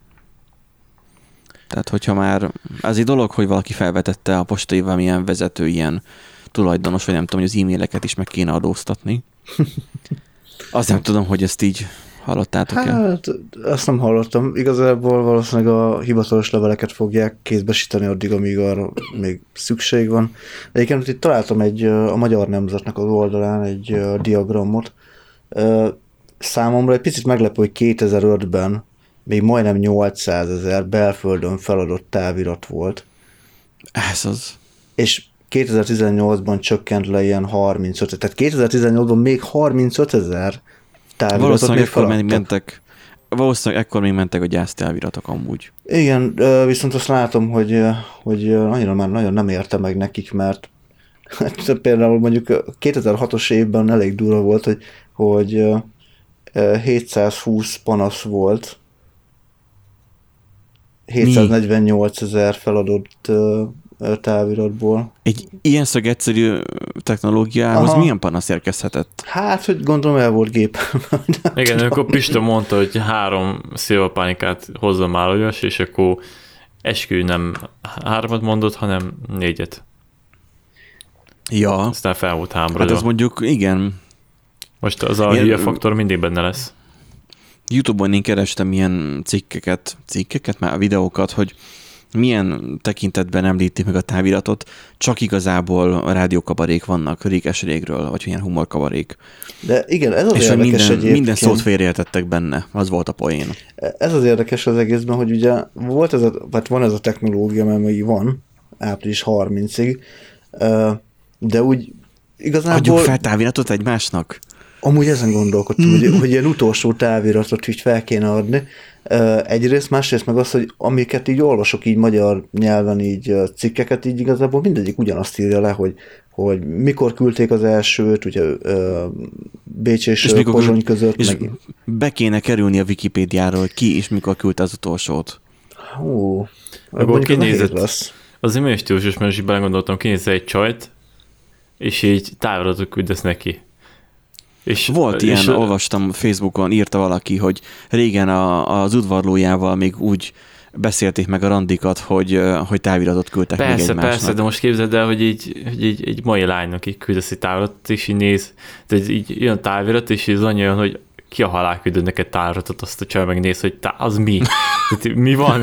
Tehát, hogyha már az egy dolog, hogy valaki felvetette a postai valamilyen vezető, ilyen tulajdonos, vagy nem tudom, hogy az e-maileket is meg kéne adóztatni. Azt nem tudom, hogy ezt így hallottátok-e? Hát, azt nem hallottam. Igazából valószínűleg a hivatalos leveleket fogják kézbesíteni addig, amíg arra még szükség van. De egyébként itt találtam egy, a Magyar Nemzetnek az oldalán egy diagramot. Számomra egy picit meglepő, hogy kétezer-ötben még majdnem nyolcszázezer belföldön feladott távirat volt. Ez az. És kétezer-tizennyolcban csökkent le ilyen harmincöt, tehát kétezer-tizennyolcban még harmincötezer táviratot még feladtak. Mentek, valószínűleg ekkor még mentek a gyásztáviratok amúgy. Igen, viszont azt látom, hogy, hogy annyira már nagyon nem érte meg nekik, mert például mondjuk kétezer-hatos évben elég durva volt, hogy, hogy hétszázhúsz panasz volt, hétszáznegyvennyolcezer feladott táviratból. Egy ilyen szög egyszerű technológiához Aha. milyen panasz érkezhetett? Hát, hogy gondolom el volt gép. Igen, akkor Pista mondta, hogy három szilvapánikát hozzon már olyas, és akkor eskü nem háromat mondott, hanem négyet. Ja. Aztán fel volt hámrodva. Hát ez mondjuk, igen. Most az a hülye faktor mindig benne lesz. YouTube-on én kerestem ilyen cikkeket, cikkeket, már videókat, hogy milyen tekintetben említik meg a táviratot, csak igazából a rádiókabarék vannak réges régről, vagy ilyen humorkabarék. De igen, ez az és érdekes minden, egyébként. minden szót félreértettek benne, az volt a poén. Ez az érdekes az egészben, hogy ugye volt ez a, vagy van ez a technológia, mert még van, április harmincadikáig, de úgy igazából... Adjuk fel táviratot egymásnak? Amúgy ezen gondolkodtam, hogy, hogy ilyen utolsó táviratot így fel kéne adni. Egyrészt, másrészt meg az, hogy amiket így olvasok így magyar nyelven így cikkeket, így igazából mindegyik ugyanazt írja le, hogy, hogy mikor küldték az elsőt, ugye Bécs és, és Pozsony között. És meg... be kéne kerülni a Wikipédiáról, hogy ki és mikor küldte az utolsót. Hú, akkor kinézett, az imélyen stílusos, mert is belegondoltam, kinézze egy csajt, és így táviratot küldesz neki. És, Volt és ilyen, és, olvastam Facebookon, írta valaki, hogy régen a, az udvarlójával még úgy beszélték meg a randikat, hogy, hogy táviratot küldtek persze, még egymásnak. Persze, de most képzeld el, hogy így, hogy így egy mai lánynak így küldesz egy táviratot, és így néz, de így jön távirat, és az annyi olyan, hogy ki a halál küldött neked táviratot, azt a csaj megnéz, hogy tá, az mi? Mi van?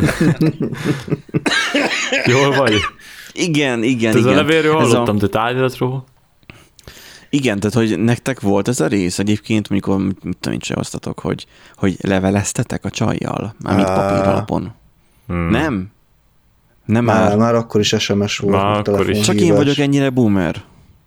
Jól vagy? Igen, igen, te igen. Ez a levélről hallottam, a... de táviratról? Igen, tehát hogy nektek volt ez a rész egyébként, amikor mit tudom én csináltatok, hogy, hogy leveleztetek a csajjal, mármint papír alapon. Hmm. Nem? Nem már, már. Már akkor is es em es volt. Már akkor is. Csak én vagyok ennyire boomer.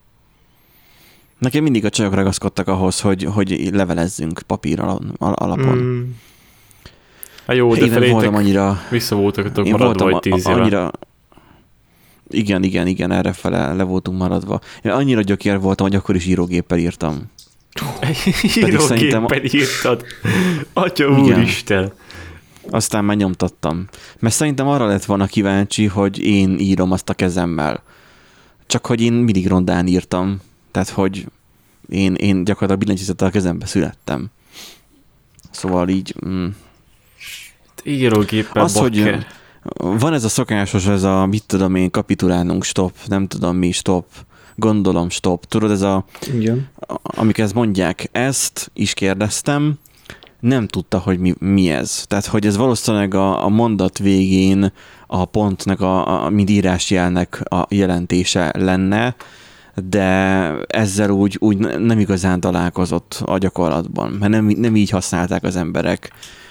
Nekem mindig a csajok ragaszkodtak ahhoz, hogy, hogy levelezzünk papír alapon. Hmm. Hát jó, de felétek annyira, vissza voltak maradva egy tíz éve. Annyira, Igen, igen, igen, erre fele le voltunk maradva. Én annyira gyökér voltam, hogy akkor is írógéppel írtam. írógéppel szerintem... írtad? Atya úristen! Aztán már nyomtattam. Mert szerintem arra lett volna kíváncsi, hogy én írom azt a kezemmel. Csak hogy én mindig rondán írtam. Tehát, hogy én, én gyakorlatilag billentyűzettel a kezembe születtem. Szóval így... Mm. Írógéppel az, hogy van ez a szokásos, ez a mit tudom én, kapitulálnunk, stop, nem tudom mi, stop, gondolom, stop. Tudod, ez a, igen. amik ezt mondják, ezt is kérdeztem, nem tudta, hogy mi, mi ez. Tehát, hogy ez valószínűleg a, a mondat végén a pontnak, a, a mind írásjelnek a jelentése lenne, de ezzel úgy, úgy nem igazán találkozott a gyakorlatban, mert nem, nem így használták az emberek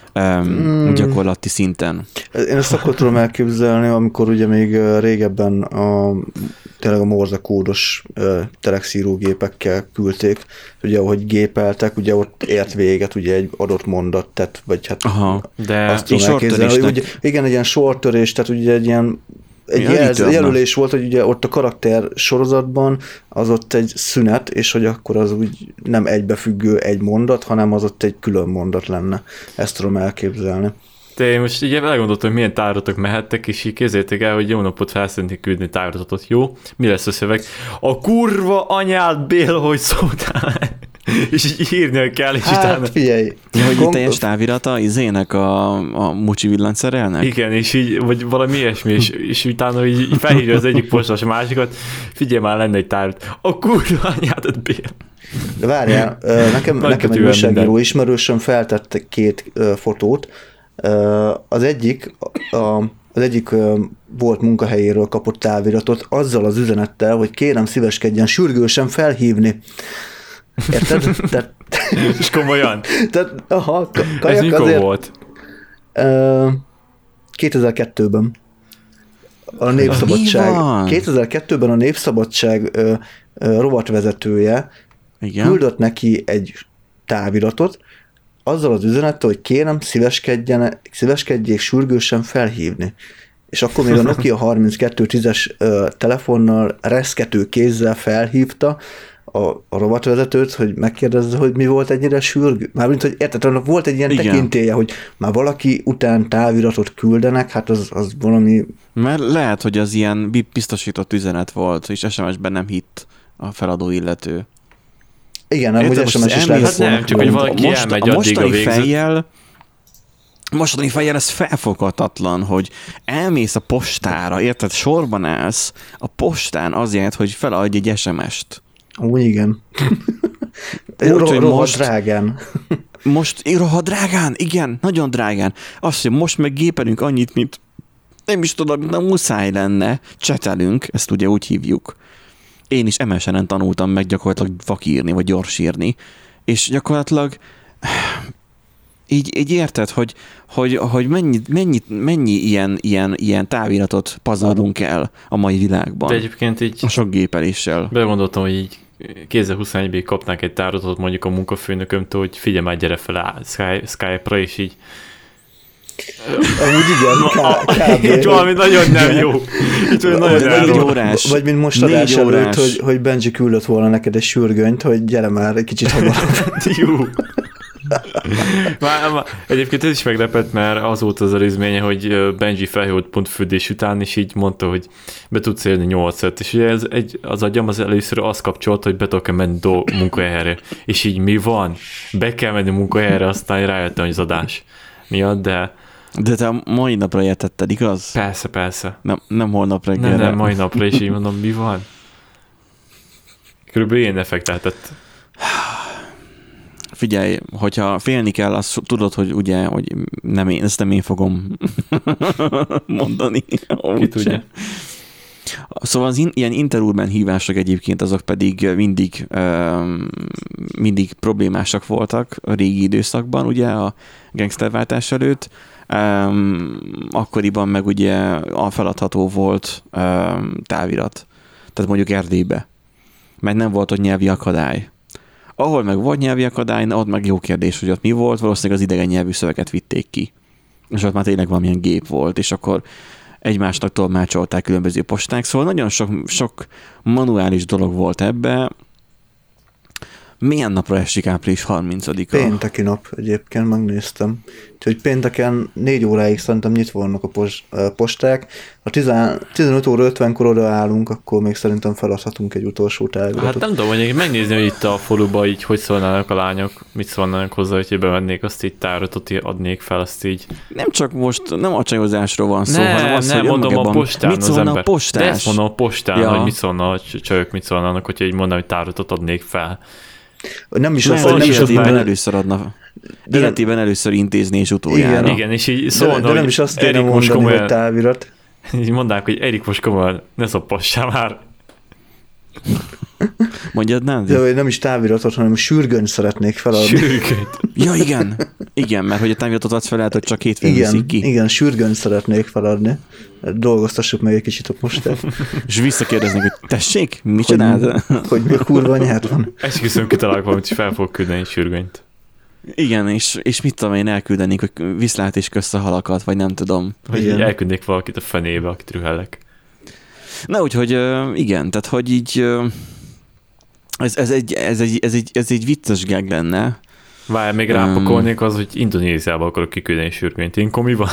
um, gyakorlati szinten. Én ezt akkor tudom elképzelni, amikor ugye még régebben a, tényleg a morzakódos telexírógépekkel küldték, ugye ahogy gépeltek, ugye ott ért véget ugye egy adott mondat, tehát, vagy hát Aha, de azt tudom elképzelni, hogy ugye, igen, egy ilyen sortörés, tehát ugye egy ilyen egy jelz, jelölés volt, hogy ugye ott a karakter sorozatban az ott egy szünet, és hogy akkor az úgy nem egybefüggő egy mondat, hanem az ott egy külön mondat lenne. Ezt tudom elképzelni. De én most így elgondoltam, hogy milyen tározatok mehettek, és így képzeljétek el, hogy jó napot felszerintén küldni tározatot. Jó? Mi lesz a szöveg? A kurva anyád, Bél, hogy szóltál? És így írni kell, és hát, utána... figyelj! Ja, hogy Gond... teljes távirata izének a, a mucsi villanyszerelnek? Igen, és így, vagy valami ilyesmi, és, és utána így felhívja az egyik postás a másikat, figyelj már, lenne egy tárolat. A kurva anyád, Bél. De várjál, nekem, nekem egy újságíró ismerősöm feltette két fotót. Az egyik, az egyik volt munkahelyéről kapott táviratot azzal az üzenettel, hogy kérem szíveskedjen sürgősen felhívni. Érted? Tehát, és komolyan? Tehát, aha, kajak ez mikor azért, volt? kétezer-kettőben. A Népszabadság. kétezer-kettőben a Népszabadság rovatvezetője Igen? küldött neki egy táviratot, azzal az üzenettel, hogy kérem, szíveskedjen, szíveskedjék sürgősen felhívni. És akkor még a Nokia harminckettő tízes telefonnal reszkető kézzel felhívta a, a rovatvezetőt, hogy megkérdezze, hogy mi volt ennyire sürgő. Mármint, hogy érted, volt egy ilyen Igen. tekintélye, hogy már valaki után táviratot küldenek, hát az, az valami... Mert lehet, hogy az ilyen biztosított üzenet volt, és es em es-ben nem hitt a feladó illető. Igen, nem, hogy es em es is lehet volna. Nem, csak hogy valaki most, elmegy a addig a végzőt. Fejjel, mostani fejjel ez felfoghatatlan, hogy elmész a postára, érted, sorban állsz a postán azért, hogy feladj egy es em es-t. Úgy igen. Úgy, hogy rohadt drágán. Most rohadt drágán, igen, nagyon drágán. Azt, hogy most meg gépelünk annyit, mint nem is tudom, mint a muszáj lenne, csetelünk, ezt ugye úgy hívjuk. Én is em es en-en tanultam meg gyakorlatilag vakírni, vagy gyorsírni, és gyakorlatilag így, így érted, hogy, hogy, hogy mennyi, mennyi, mennyi ilyen, ilyen, ilyen táviratot pazarlunk el a mai világban. De egyébként így a sok gépeléssel. Begondoltam, hogy így kétezer-huszonegyben kapnák egy tározatot mondjuk a munkafőnökömtől, hogy figyelj már, gyere fel Sky, Skype-ra, és így amúgy igen, kb. Így valami nagyon nem jó. Így nagyon négy órás. Vagy mint most adás előtt, hogy, hogy Benji küldött volna neked egy sürgönyt, hogy gyere már egy kicsit hamarabb. Jó. Már, már, egyébként ez is meglepett, mert az volt az előzménye, hogy Benji felhívott pont fürdés után, és így mondta, hogy be tudsz érni nyolcat, és ugye ez egy, az agyam az először azt kapcsolt, hogy be tudok menni do munkahelyre, és így mi van? Be kell menni munkahelyre, aztán rájöttem, hogy az adás miatt, de De te a mai napra értetted, igaz? Persze, persze. Nem, nem holnap reggelre. Nem, nem, mai napra, és így mondom, mi van? Körülbelül ilyen effektáltett. Figyelj, hogyha félni kell, azt tudod, hogy ugye, hogy nem én, ezt nem én fogom mondani. Ki tudja. Szóval az in, ilyen interurban hívások egyébként azok pedig mindig, um, mindig problémásak voltak a régi időszakban, ugye a gangsterváltás előtt. Um, akkoriban meg ugye a feladható volt um, távirat. Tehát mondjuk Erdélybe. Mert nem volt ott nyelvi akadály. Ahol meg volt nyelvi akadály, ott meg jó kérdés, hogy ott mi volt, valószínűleg az idegen nyelvű szöveget vitték ki. És ott már tényleg valamilyen gép volt, és akkor egymásnak tolmácsolták különböző posták, szóval nagyon sok, sok manuális dolog volt ebbe. Milyen napra esik április harmincadika? Pénteki nap egyébként, megnéztem. Úgyhogy pénteken négy óráig szerintem nyitva vannak a posták. Ha tizenöt óra ötvenkor odaállunk, akkor még szerintem feladhatunk egy utolsó táviratot. Hát nem tudom, hogy megnézni, hogy itt a faluba így hogy szólnának a lányok, mit szólnának hozzá, hogy bevennék, azt így tárotot adnék fel, azt így. Nem csak most, nem a csajozásról van szó, ne, hanem az, ne, hogy mondom a postán mit az szólna ember. A postás? De ezt mondom a postán, ja. hogy mit szólna a csajok, mit szólnának, hogyha így mondanám, hogy tárotot adnék fel. Nem is azt, hogy nem is életében először adna. De életében először intézni és utoljára. Igen, igen, és így szólna, de, de nem is azt kéne mondani, komolyan, hogy távirat. Így mondták, hogy Erik most komolyan, ne szoppassál már. Mondjad, nem? De nem is táviratot, hanem sürgőn szeretnék feladni. Sürgőt. Ja, igen. Igen, mert hogy a táviratot adsz fel, lehet, hogy csak hétfőn viszik ki. Igen, sürgőn szeretnék feladni. Dolgoztassuk meg egy kicsit a postát. És visszakérdeznék, hogy tessék, mit csináld? Hogy, hogy mi a kurva nyert van. Esküszöm, kitalálok valamit, és fel fogok küldeni egy sürgönyt. Igen, és, és mit tudom én, elküldenék, hogy viszlát és közt a halakat, vagy nem tudom. Vagy így elküldnék valakit a fenébe, akit rühellek. Na, úgyhogy igen, tehát hogy így ez, ez, egy, ez, egy, ez, egy, ez egy vicces gag lenne. Várj, még rápakolnék az, hogy Indonéziába akarok kiküldeni sürgönyt. Én komiban?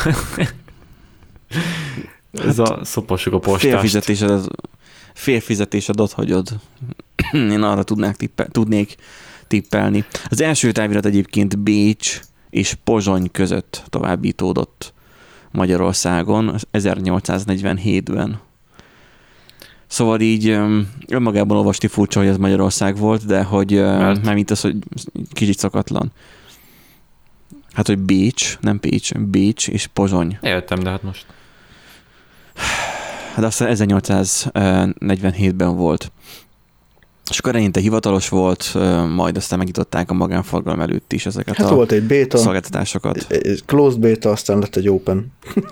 Ez a szopassuk a postást. Félfizetésed, az, félfizetésed ott hagyod. Én arra tudnák tippe, tudnék tippelni. Az első távirat egyébként Bécs és Pozsony között továbbítódott Magyarországon ezernyolcszáznegyvenhétben. Szóval így önmagában olvasni furcsa, hogy ez Magyarország volt, de hogy már mint az, hogy kicsit szokatlan. Hát, hogy Bécs, nem Pécs, Bécs és Pozsony. Értem, de hát most. De aztán ezernyolcszáznegyvenhétben volt. És akkor eleinte hivatalos volt, majd aztán megnyitották a magánforgalom előtt is ezeket hát a volt egy beta, szolgáltatásokat. Egy closed beta, aztán lett egy open.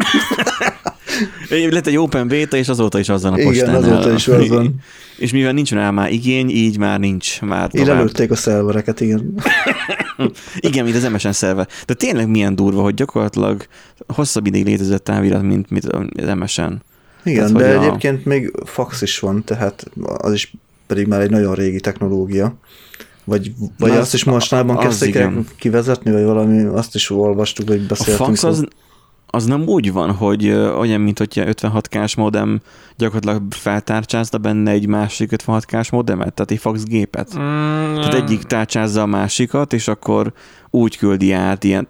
Lett egy open beta, és azóta is azon a postán. Igen, azóta is azon. És mivel nincs rá már igény, így már nincs már tovább. Így lelőtték a szervereket, igen. Igen, mint az em es en szerver. De tényleg milyen durva, hogy gyakorlatilag hosszabb ideig létezett távirat, mint, mint az em es en. Igen, tehát, de egyébként a... még fax is van, tehát az is pedig már egy nagyon régi technológia. Vagy, vagy azt az, is mostanában kezdték el kivezetni, vagy valami, azt is olvastuk, vagy beszéltünk. A fax az, az nem úgy van, hogy olyan, mint hogyha ötvenhat ká-s modem gyakorlatilag feltárcsázna benne egy másik ötvenhat ká-s modemet, tehát egy fax gépet. Mm. Tehát egyik tárcsázza a másikat, és akkor úgy küldi át ilyen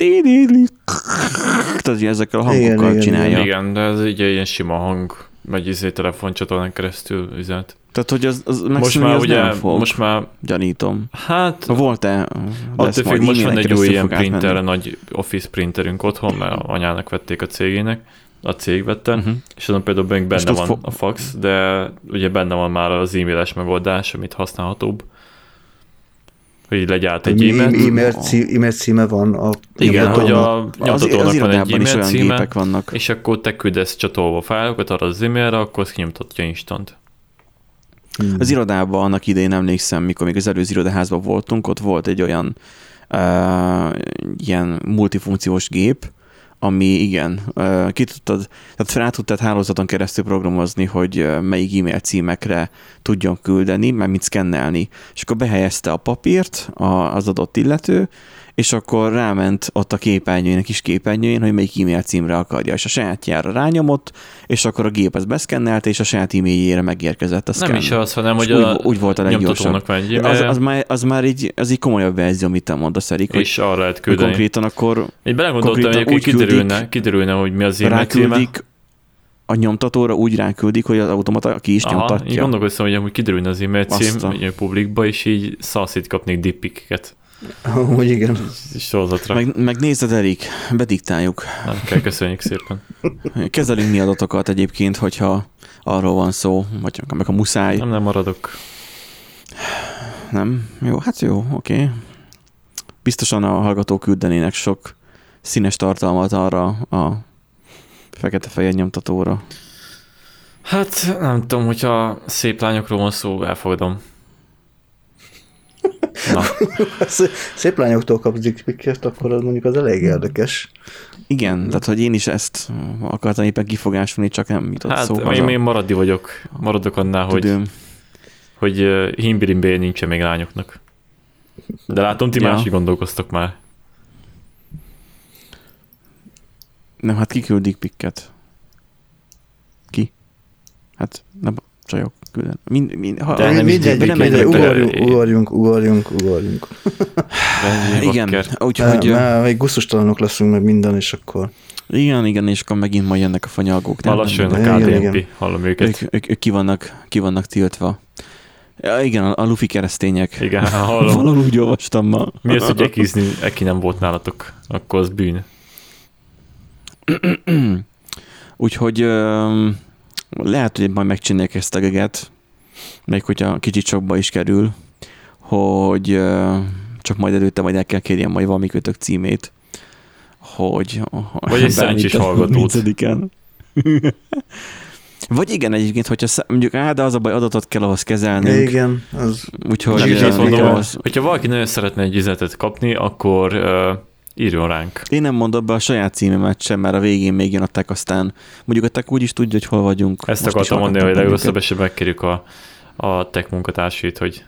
tehát ezekkel a hangokkal igen, csinálja. Igen, igen, de ez egy ilyen sima hang, vagy izé telefoncsatornán keresztül üzlet. Tehát, hogy az, az most már az ugye, nem fog, most már gyanítom. Hát, volt-e? Attól függ, most van egy új ilyen printer, nagy office printerünk otthon, mert anyának vették a cégének, a cég vette, uh-huh. és azon például benne és van fo- a fax, de ugye benne van már az e-mailes megoldás, amit használhatóbb, hogy így legyárt egy e-mailt. E-mail, cí- e-mail címe van a igen, hogy a nyomtatónak van egy e-mail címe, vannak. És akkor te küldesz csatolva fájlokat arra az e-mailre, akkor azt kinyomtatja instant. Hmm. Az irodában annak idején emlékszem, mikor még az előző irodaházban voltunk, ott volt egy olyan uh, ilyen multifunkciós gép, ami igen, uh, ki tudtad, tehát fel tudtad hálózaton keresztül programozni, hogy uh, melyik e-mail címekre tudjon küldeni, mert mit szkennelni. És akkor behelyezte a papírt a, az adott illető, és akkor ráment ott a képernyőjén, a kis képernyőjén, hogy melyik e-mail címre akarja, és a sajátjára rányomott, és akkor a gép ezt beszkennelte, és a saját e-mailjére megérkezett a szkenn. Nem is az, hanem hogy úgy, a úgy volt a leggyorsabb. Az, az, már, az már így, az egy komolyabb verzió, amit te mondasz, Erik. És arra lehet küldeni. Konkrétan akkor... Én belegondoltam, hogy úgy kiderülne, kiderülne, hogy mi az e-mail címe. A nyomtatóra úgy ráküldik, hogy az automata ki is aha, nyomtatja. Én gondolkoztam, hogy amúgy kiderülne az e-mail cím publikba, és így szalszét kapnék dippikket. Hogy igen. Sorozatra. Meg, meg nézd, Erik, bediktáljuk. Nem kell, köszönjük szépen. Kezelünk mi adatokat egyébként, hogyha arról van szó, vagy meg a muszáj. Nem, nem maradok. Nem? Jó, hát jó, oké. Okay. Biztosan a hallgatók küldenének sok színes tartalmat arra a fekete-fehér nyomtatóra. Hát nem tudom, hogyha szép lányokról van szó, elfogadom. Na. Szép lányoktól kapsz dickpicet, akkor az mondjuk az elég érdekes. Igen, tehát hogy én is ezt akartam éppen kifogásolni, csak nem jutott hát, szó. Hát én, én maradi vagyok. Maradok annál, hogy, hogy uh, himbirimbé nincsen még lányoknak. De látom, ti ja. másik gondolkoztok már. Nem, hát ki küld dickpicet? Ki? Hát nem csajok külden. Mind, mind, ha, de nem mindegy, mindegy, mindegy, ugorjunk, ugorjunk, ugorjunk, ugorjunk. Igen, úgyhogy... Még gusztustalanok leszünk meg minden, és akkor... Igen, igen, és akkor megint majd jönnek a fanyalgók. Halasson a ká dé en pé, hallom őket. Ők, ők, ők ki, vannak, ki vannak tiltva. Ja, igen, a, a lufi keresztények. Igen, hallom. Valahol úgy olvastam ma. Mi az, hogy ekizni, eki nem volt nálatok, akkor az bűn. Úgyhogy... Um, lehet, hogy majd megcsinálják ezt a geget, még hogyha kicsit sokba is kerül, hogy csak majd előtte majd el kell kérjem majd valami kötök címét, hogy... Vagy egy szerencsés hallgatót. Vagy igen, egyébként, hogyha mondjuk, á, de az a baj, adatot kell ahhoz kezelnünk. Igen, az... Úgyhogy... Nem, mondom, az... Hogyha valaki nagyon szeretne egy üzenetet kapni, akkor uh, írjon ránk. Én nem mondom be a saját címemet sem, mert a végén még jön a tek, aztán mondjuk a tek úgy is tudja, hogy hol vagyunk. Ezt most akartam mondani, hogy legrosszabb esetben megkérjük a, a tek munkatársait, hogy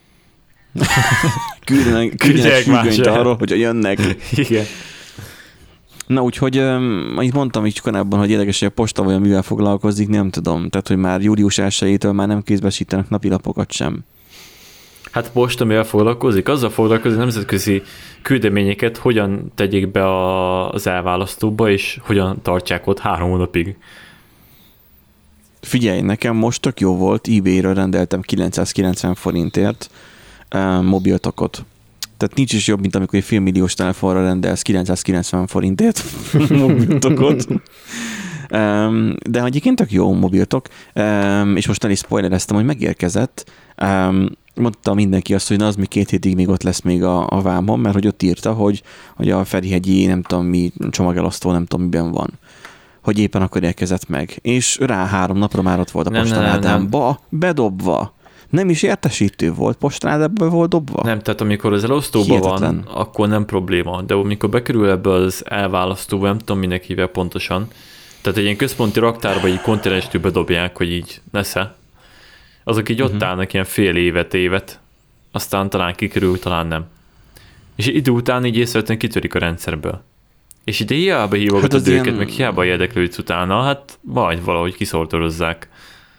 küldenek, küldenek függönyt arról, hogy jönnek. Igen. Na úgyhogy um, itt mondtam is korábban, hogy érdekes, hogy a posta olyan mivel foglalkozik, nem tudom. Tehát, hogy már július elsejétől már nem kézbesítenek napilapokat sem. Hát posta mivel foglalkozik? Azzal foglalkozik, nemzetközi küldeményeket hogyan tegyék be a, az elválasztóba, és hogyan tartsák ott három hónapig. Figyelj, nekem most tök jó volt, eBay-ről rendeltem kilencszázkilencven forintért uh, mobiltokot. Tehát nincs is jobb, mint amikor egy félmilliós telefonra rendelsz kilencszázkilencven forintért mobiltokot. Um, de egyébként tök jó mobiltok, um, és most el is spoilereztem, hogy megérkezett. Um, mondta mindenki azt, hogy na, az még két hétig még ott lesz még a, a vámon, mert hogy ott írta, hogy, hogy a Ferihegyi, nem tudom mi, csomagelosztó, nem tudom miben van. Hogy éppen akkor érkezett meg. És rá három napra már ott volt a postaládámba, bedobva. Nem is értesítő volt, postrádában volt dobva? Nem, tehát amikor az elosztóban van, akkor nem probléma, de amikor bekerül ebbe az elválasztóba, nem tudom, minek hívják pontosan, tehát egy ilyen központi raktárba így konténerestől bedobják, hogy így nesze, azok így uh-huh. ott állnak ilyen fél évet, évet, aztán talán kikerül, talán nem. És idő után így észrevetően kitörik a rendszerből. És ide hiába hívogatod hát őket, ilyen... meg hiába érdeklődsz utána, hát majd valahogy kiszortorozzák.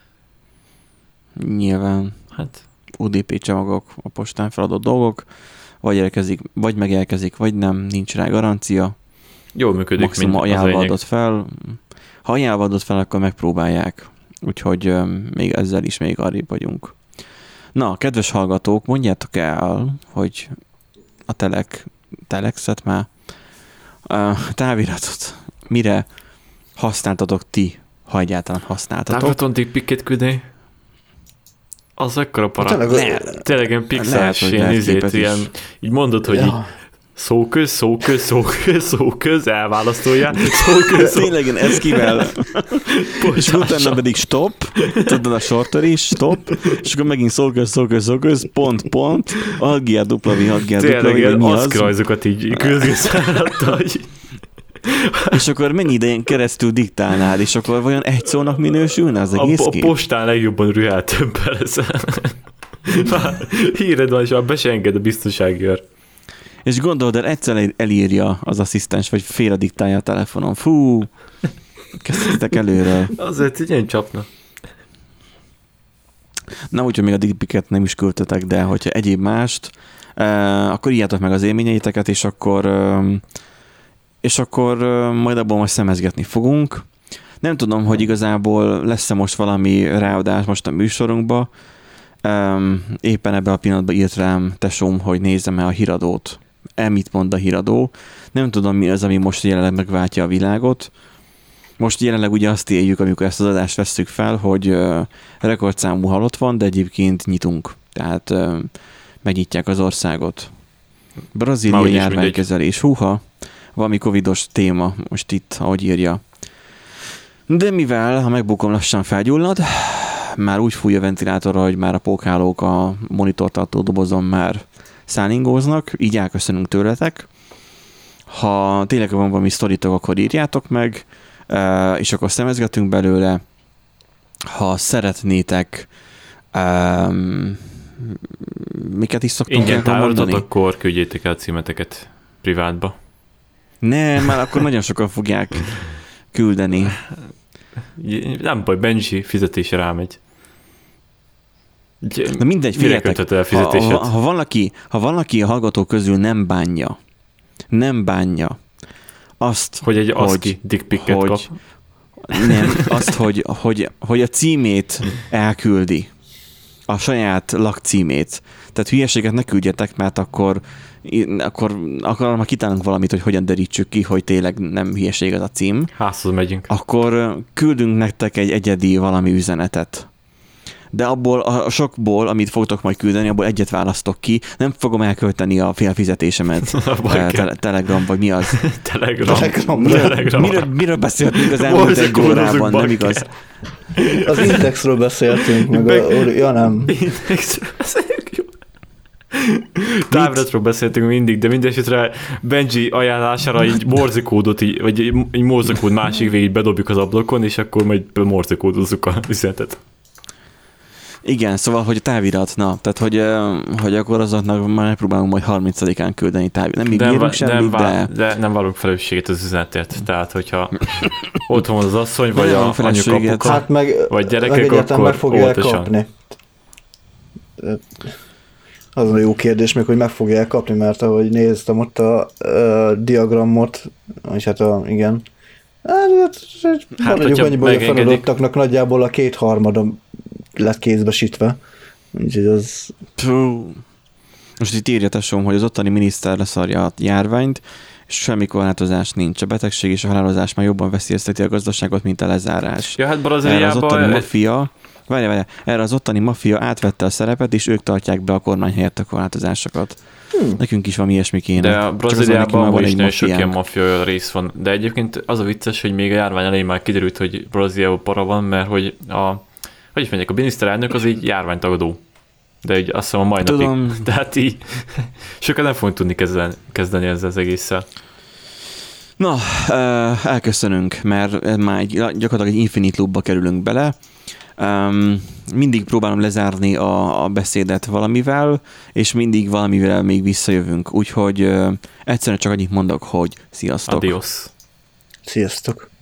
Nyilván, hát o dé pé csomagok, a postán feladott dolgok, vagy érkezik, vagy megérkezik, vagy nem, nincs rá garancia. Jól működik. Maximum ajánlva adott fel. Ha ajánlva adott fel, akkor megpróbálják. Úgyhogy um, még ezzel is még arrébb vagyunk. Na, kedves hallgatók, mondjátok el, hogy a telek, telexet már, a táviratot mire használtatok ti, ha egyáltalán használtatok? Táviraton dickpicet küldeni? Az akkora parát. Tényleg, tényleg ilyen pixels, ilyen izét, ilyen, így mondod, hogy ja. így szóköz, szóköz, szóköz, szóköz, elválasztójál, szóköz, szóköz. Tényleg ilyen eszkivel. És utána pedig stop, tudod a sorter is, stop, és akkor megint szóköz, szóköz, szóköz, pont, pont, adjál dupla vi, adjál dupla vi, tényleg, aszkrajzokat így közgőszállata, hogy... És akkor mennyi idején keresztül diktálnál, és akkor vajon egy szónak minősülne az egész a, kép? A postán legjobban rühel többen leszel. Híred van, és már be se enged a biztonságőr. És gondold el, egyszer elírja az asszisztens, vagy félrediktálja a telefonon. Fú, kezdtek előről. Azért így én csapna. Na, úgyhogy még a dickpicet nem is küldtetek, de hogyha egyéb mást, eh, akkor írjátok meg az élményeiteket, és akkor... Eh, és akkor majd abból most szemezgetni fogunk. Nem tudom, hogy igazából lesz-e most valami ráadás most a műsorunkba. Éppen ebben a pillanatban írt rám tesóm, hogy nézzem-e a híradót. El mit mond a híradó. Nem tudom, mi az, ami most jelenleg megváltja a világot. Most jelenleg ugye azt éljük, amikor ezt az adást vesszük fel, hogy rekordszámú halott van, de egyébként nyitunk. Tehát megnyitják az országot. Brazília járványkezelés. Húha! Valami covidos téma most itt, ahogy írja. De mivel a MacBookom lassan felgyullad, már úgy fúj a ventilátorra, hogy már a pókhálók a monitortartó dobozon már szállingóznak, így elköszönünk tőletek. Ha tényleg van valami sztoritok, akkor írjátok meg, és akkor szemezgetünk belőle. Ha szeretnétek, um, miket is szoktunk ingyen távolodott, akkor küldjétek el a címeteket privátba. Nem, már akkor nagyon sokan fogják küldeni. Nem baj, Benji fizetése rámegy. Na mindegy, figyeljetek, ha, ha, ha, valaki, ha valaki a hallgató közül nem bánja, nem bánja azt, hogy egy ASCII dickpicet kap. Nem, azt, hogy, hogy, hogy a címét elküldi, a saját lakcímét. Tehát hülyeséget ne küldjetek, mert akkor akkor, akkor már kitálunk valamit, hogy hogyan derítsük ki, hogy tényleg nem hülyeség az a cím. Házhoz megyünk. Akkor küldünk nektek egy egyedi valami üzenetet. de abból a sokból, amit fogtok majd küldeni, abból egyet választok ki. Nem fogom elkölteni a fél fizetésemet. Te- Telegram, vagy mi az? Telegram. Telegram. Telegram. Miről, miről beszéltünk az elmúlt egy órában, nem igaz? Az Indexről beszéltünk, meg a, ja nem. Indexről beszélünk, jó. Tábletről beszéltünk mindig, de mindesetre Benji ajánlására így morzikódot, így, vagy egy morzikód másik végig bedobjuk az ablakon, és akkor majd morzikódozzuk a üzenetet. Igen, szóval, hogy távirat, na, tehát, hogy, hogy akkor azoknak már próbálunk majd harmincadikán küldeni távirat. Nem nem, ígérünk semmit, nem, de... de nem vállalunk felelősséget az üzenetért. Tehát, hogyha otthon van az asszony, vagy a anyuka, apuka, hát meg, vagy gyerekek, meg akkor meg fogja kapni. Az a jó kérdés még, hogy meg fogják kapni, mert ahogy néztem ott a, a diagramot, és hát a, igen, hát, hát mondjuk annyiból, hogy a feladottaknak nagyjából a kétharmada lett kézbesítve. Úgyhogy az... Puh. Most itt írja tesóm, hogy az ottani miniszter leszarja a járványt, és semmi korlátozás nincs. A betegség és a halálozás már jobban veszélyezteti a gazdaságot, mint a lezárás. Ja, hát Erre az ottani maffia, várja, várja, erre az ottani maffia átvette a szerepet, és ők tartják be a kormány helyett a korlátozásokat. Hmm. Nekünk is valami ilyesmi kéne. De a Brazíliában is nagyon sok ilyen maffia rész van. De egyébként az a vicces, hogy még a járvány elején már kiderült, hogy Brazíliában para van, mert hogy a, hogy is mondják, a miniszterelnök az így járványtagadó. De így azt hiszem a mai Tudom. napig. Tehát így sokat nem fogunk tudni kezdeni, kezdeni ezzel az egésszel. Na, elköszönünk, mert már gyakorlatilag egy Infinite Loopba kerülünk bele. Um, mindig próbálom lezárni a, a beszédet valamivel, és mindig valamivel még visszajövünk. Úgyhogy uh, egyszerűen csak annyit mondok, hogy sziasztok. Adios. Sziasztok.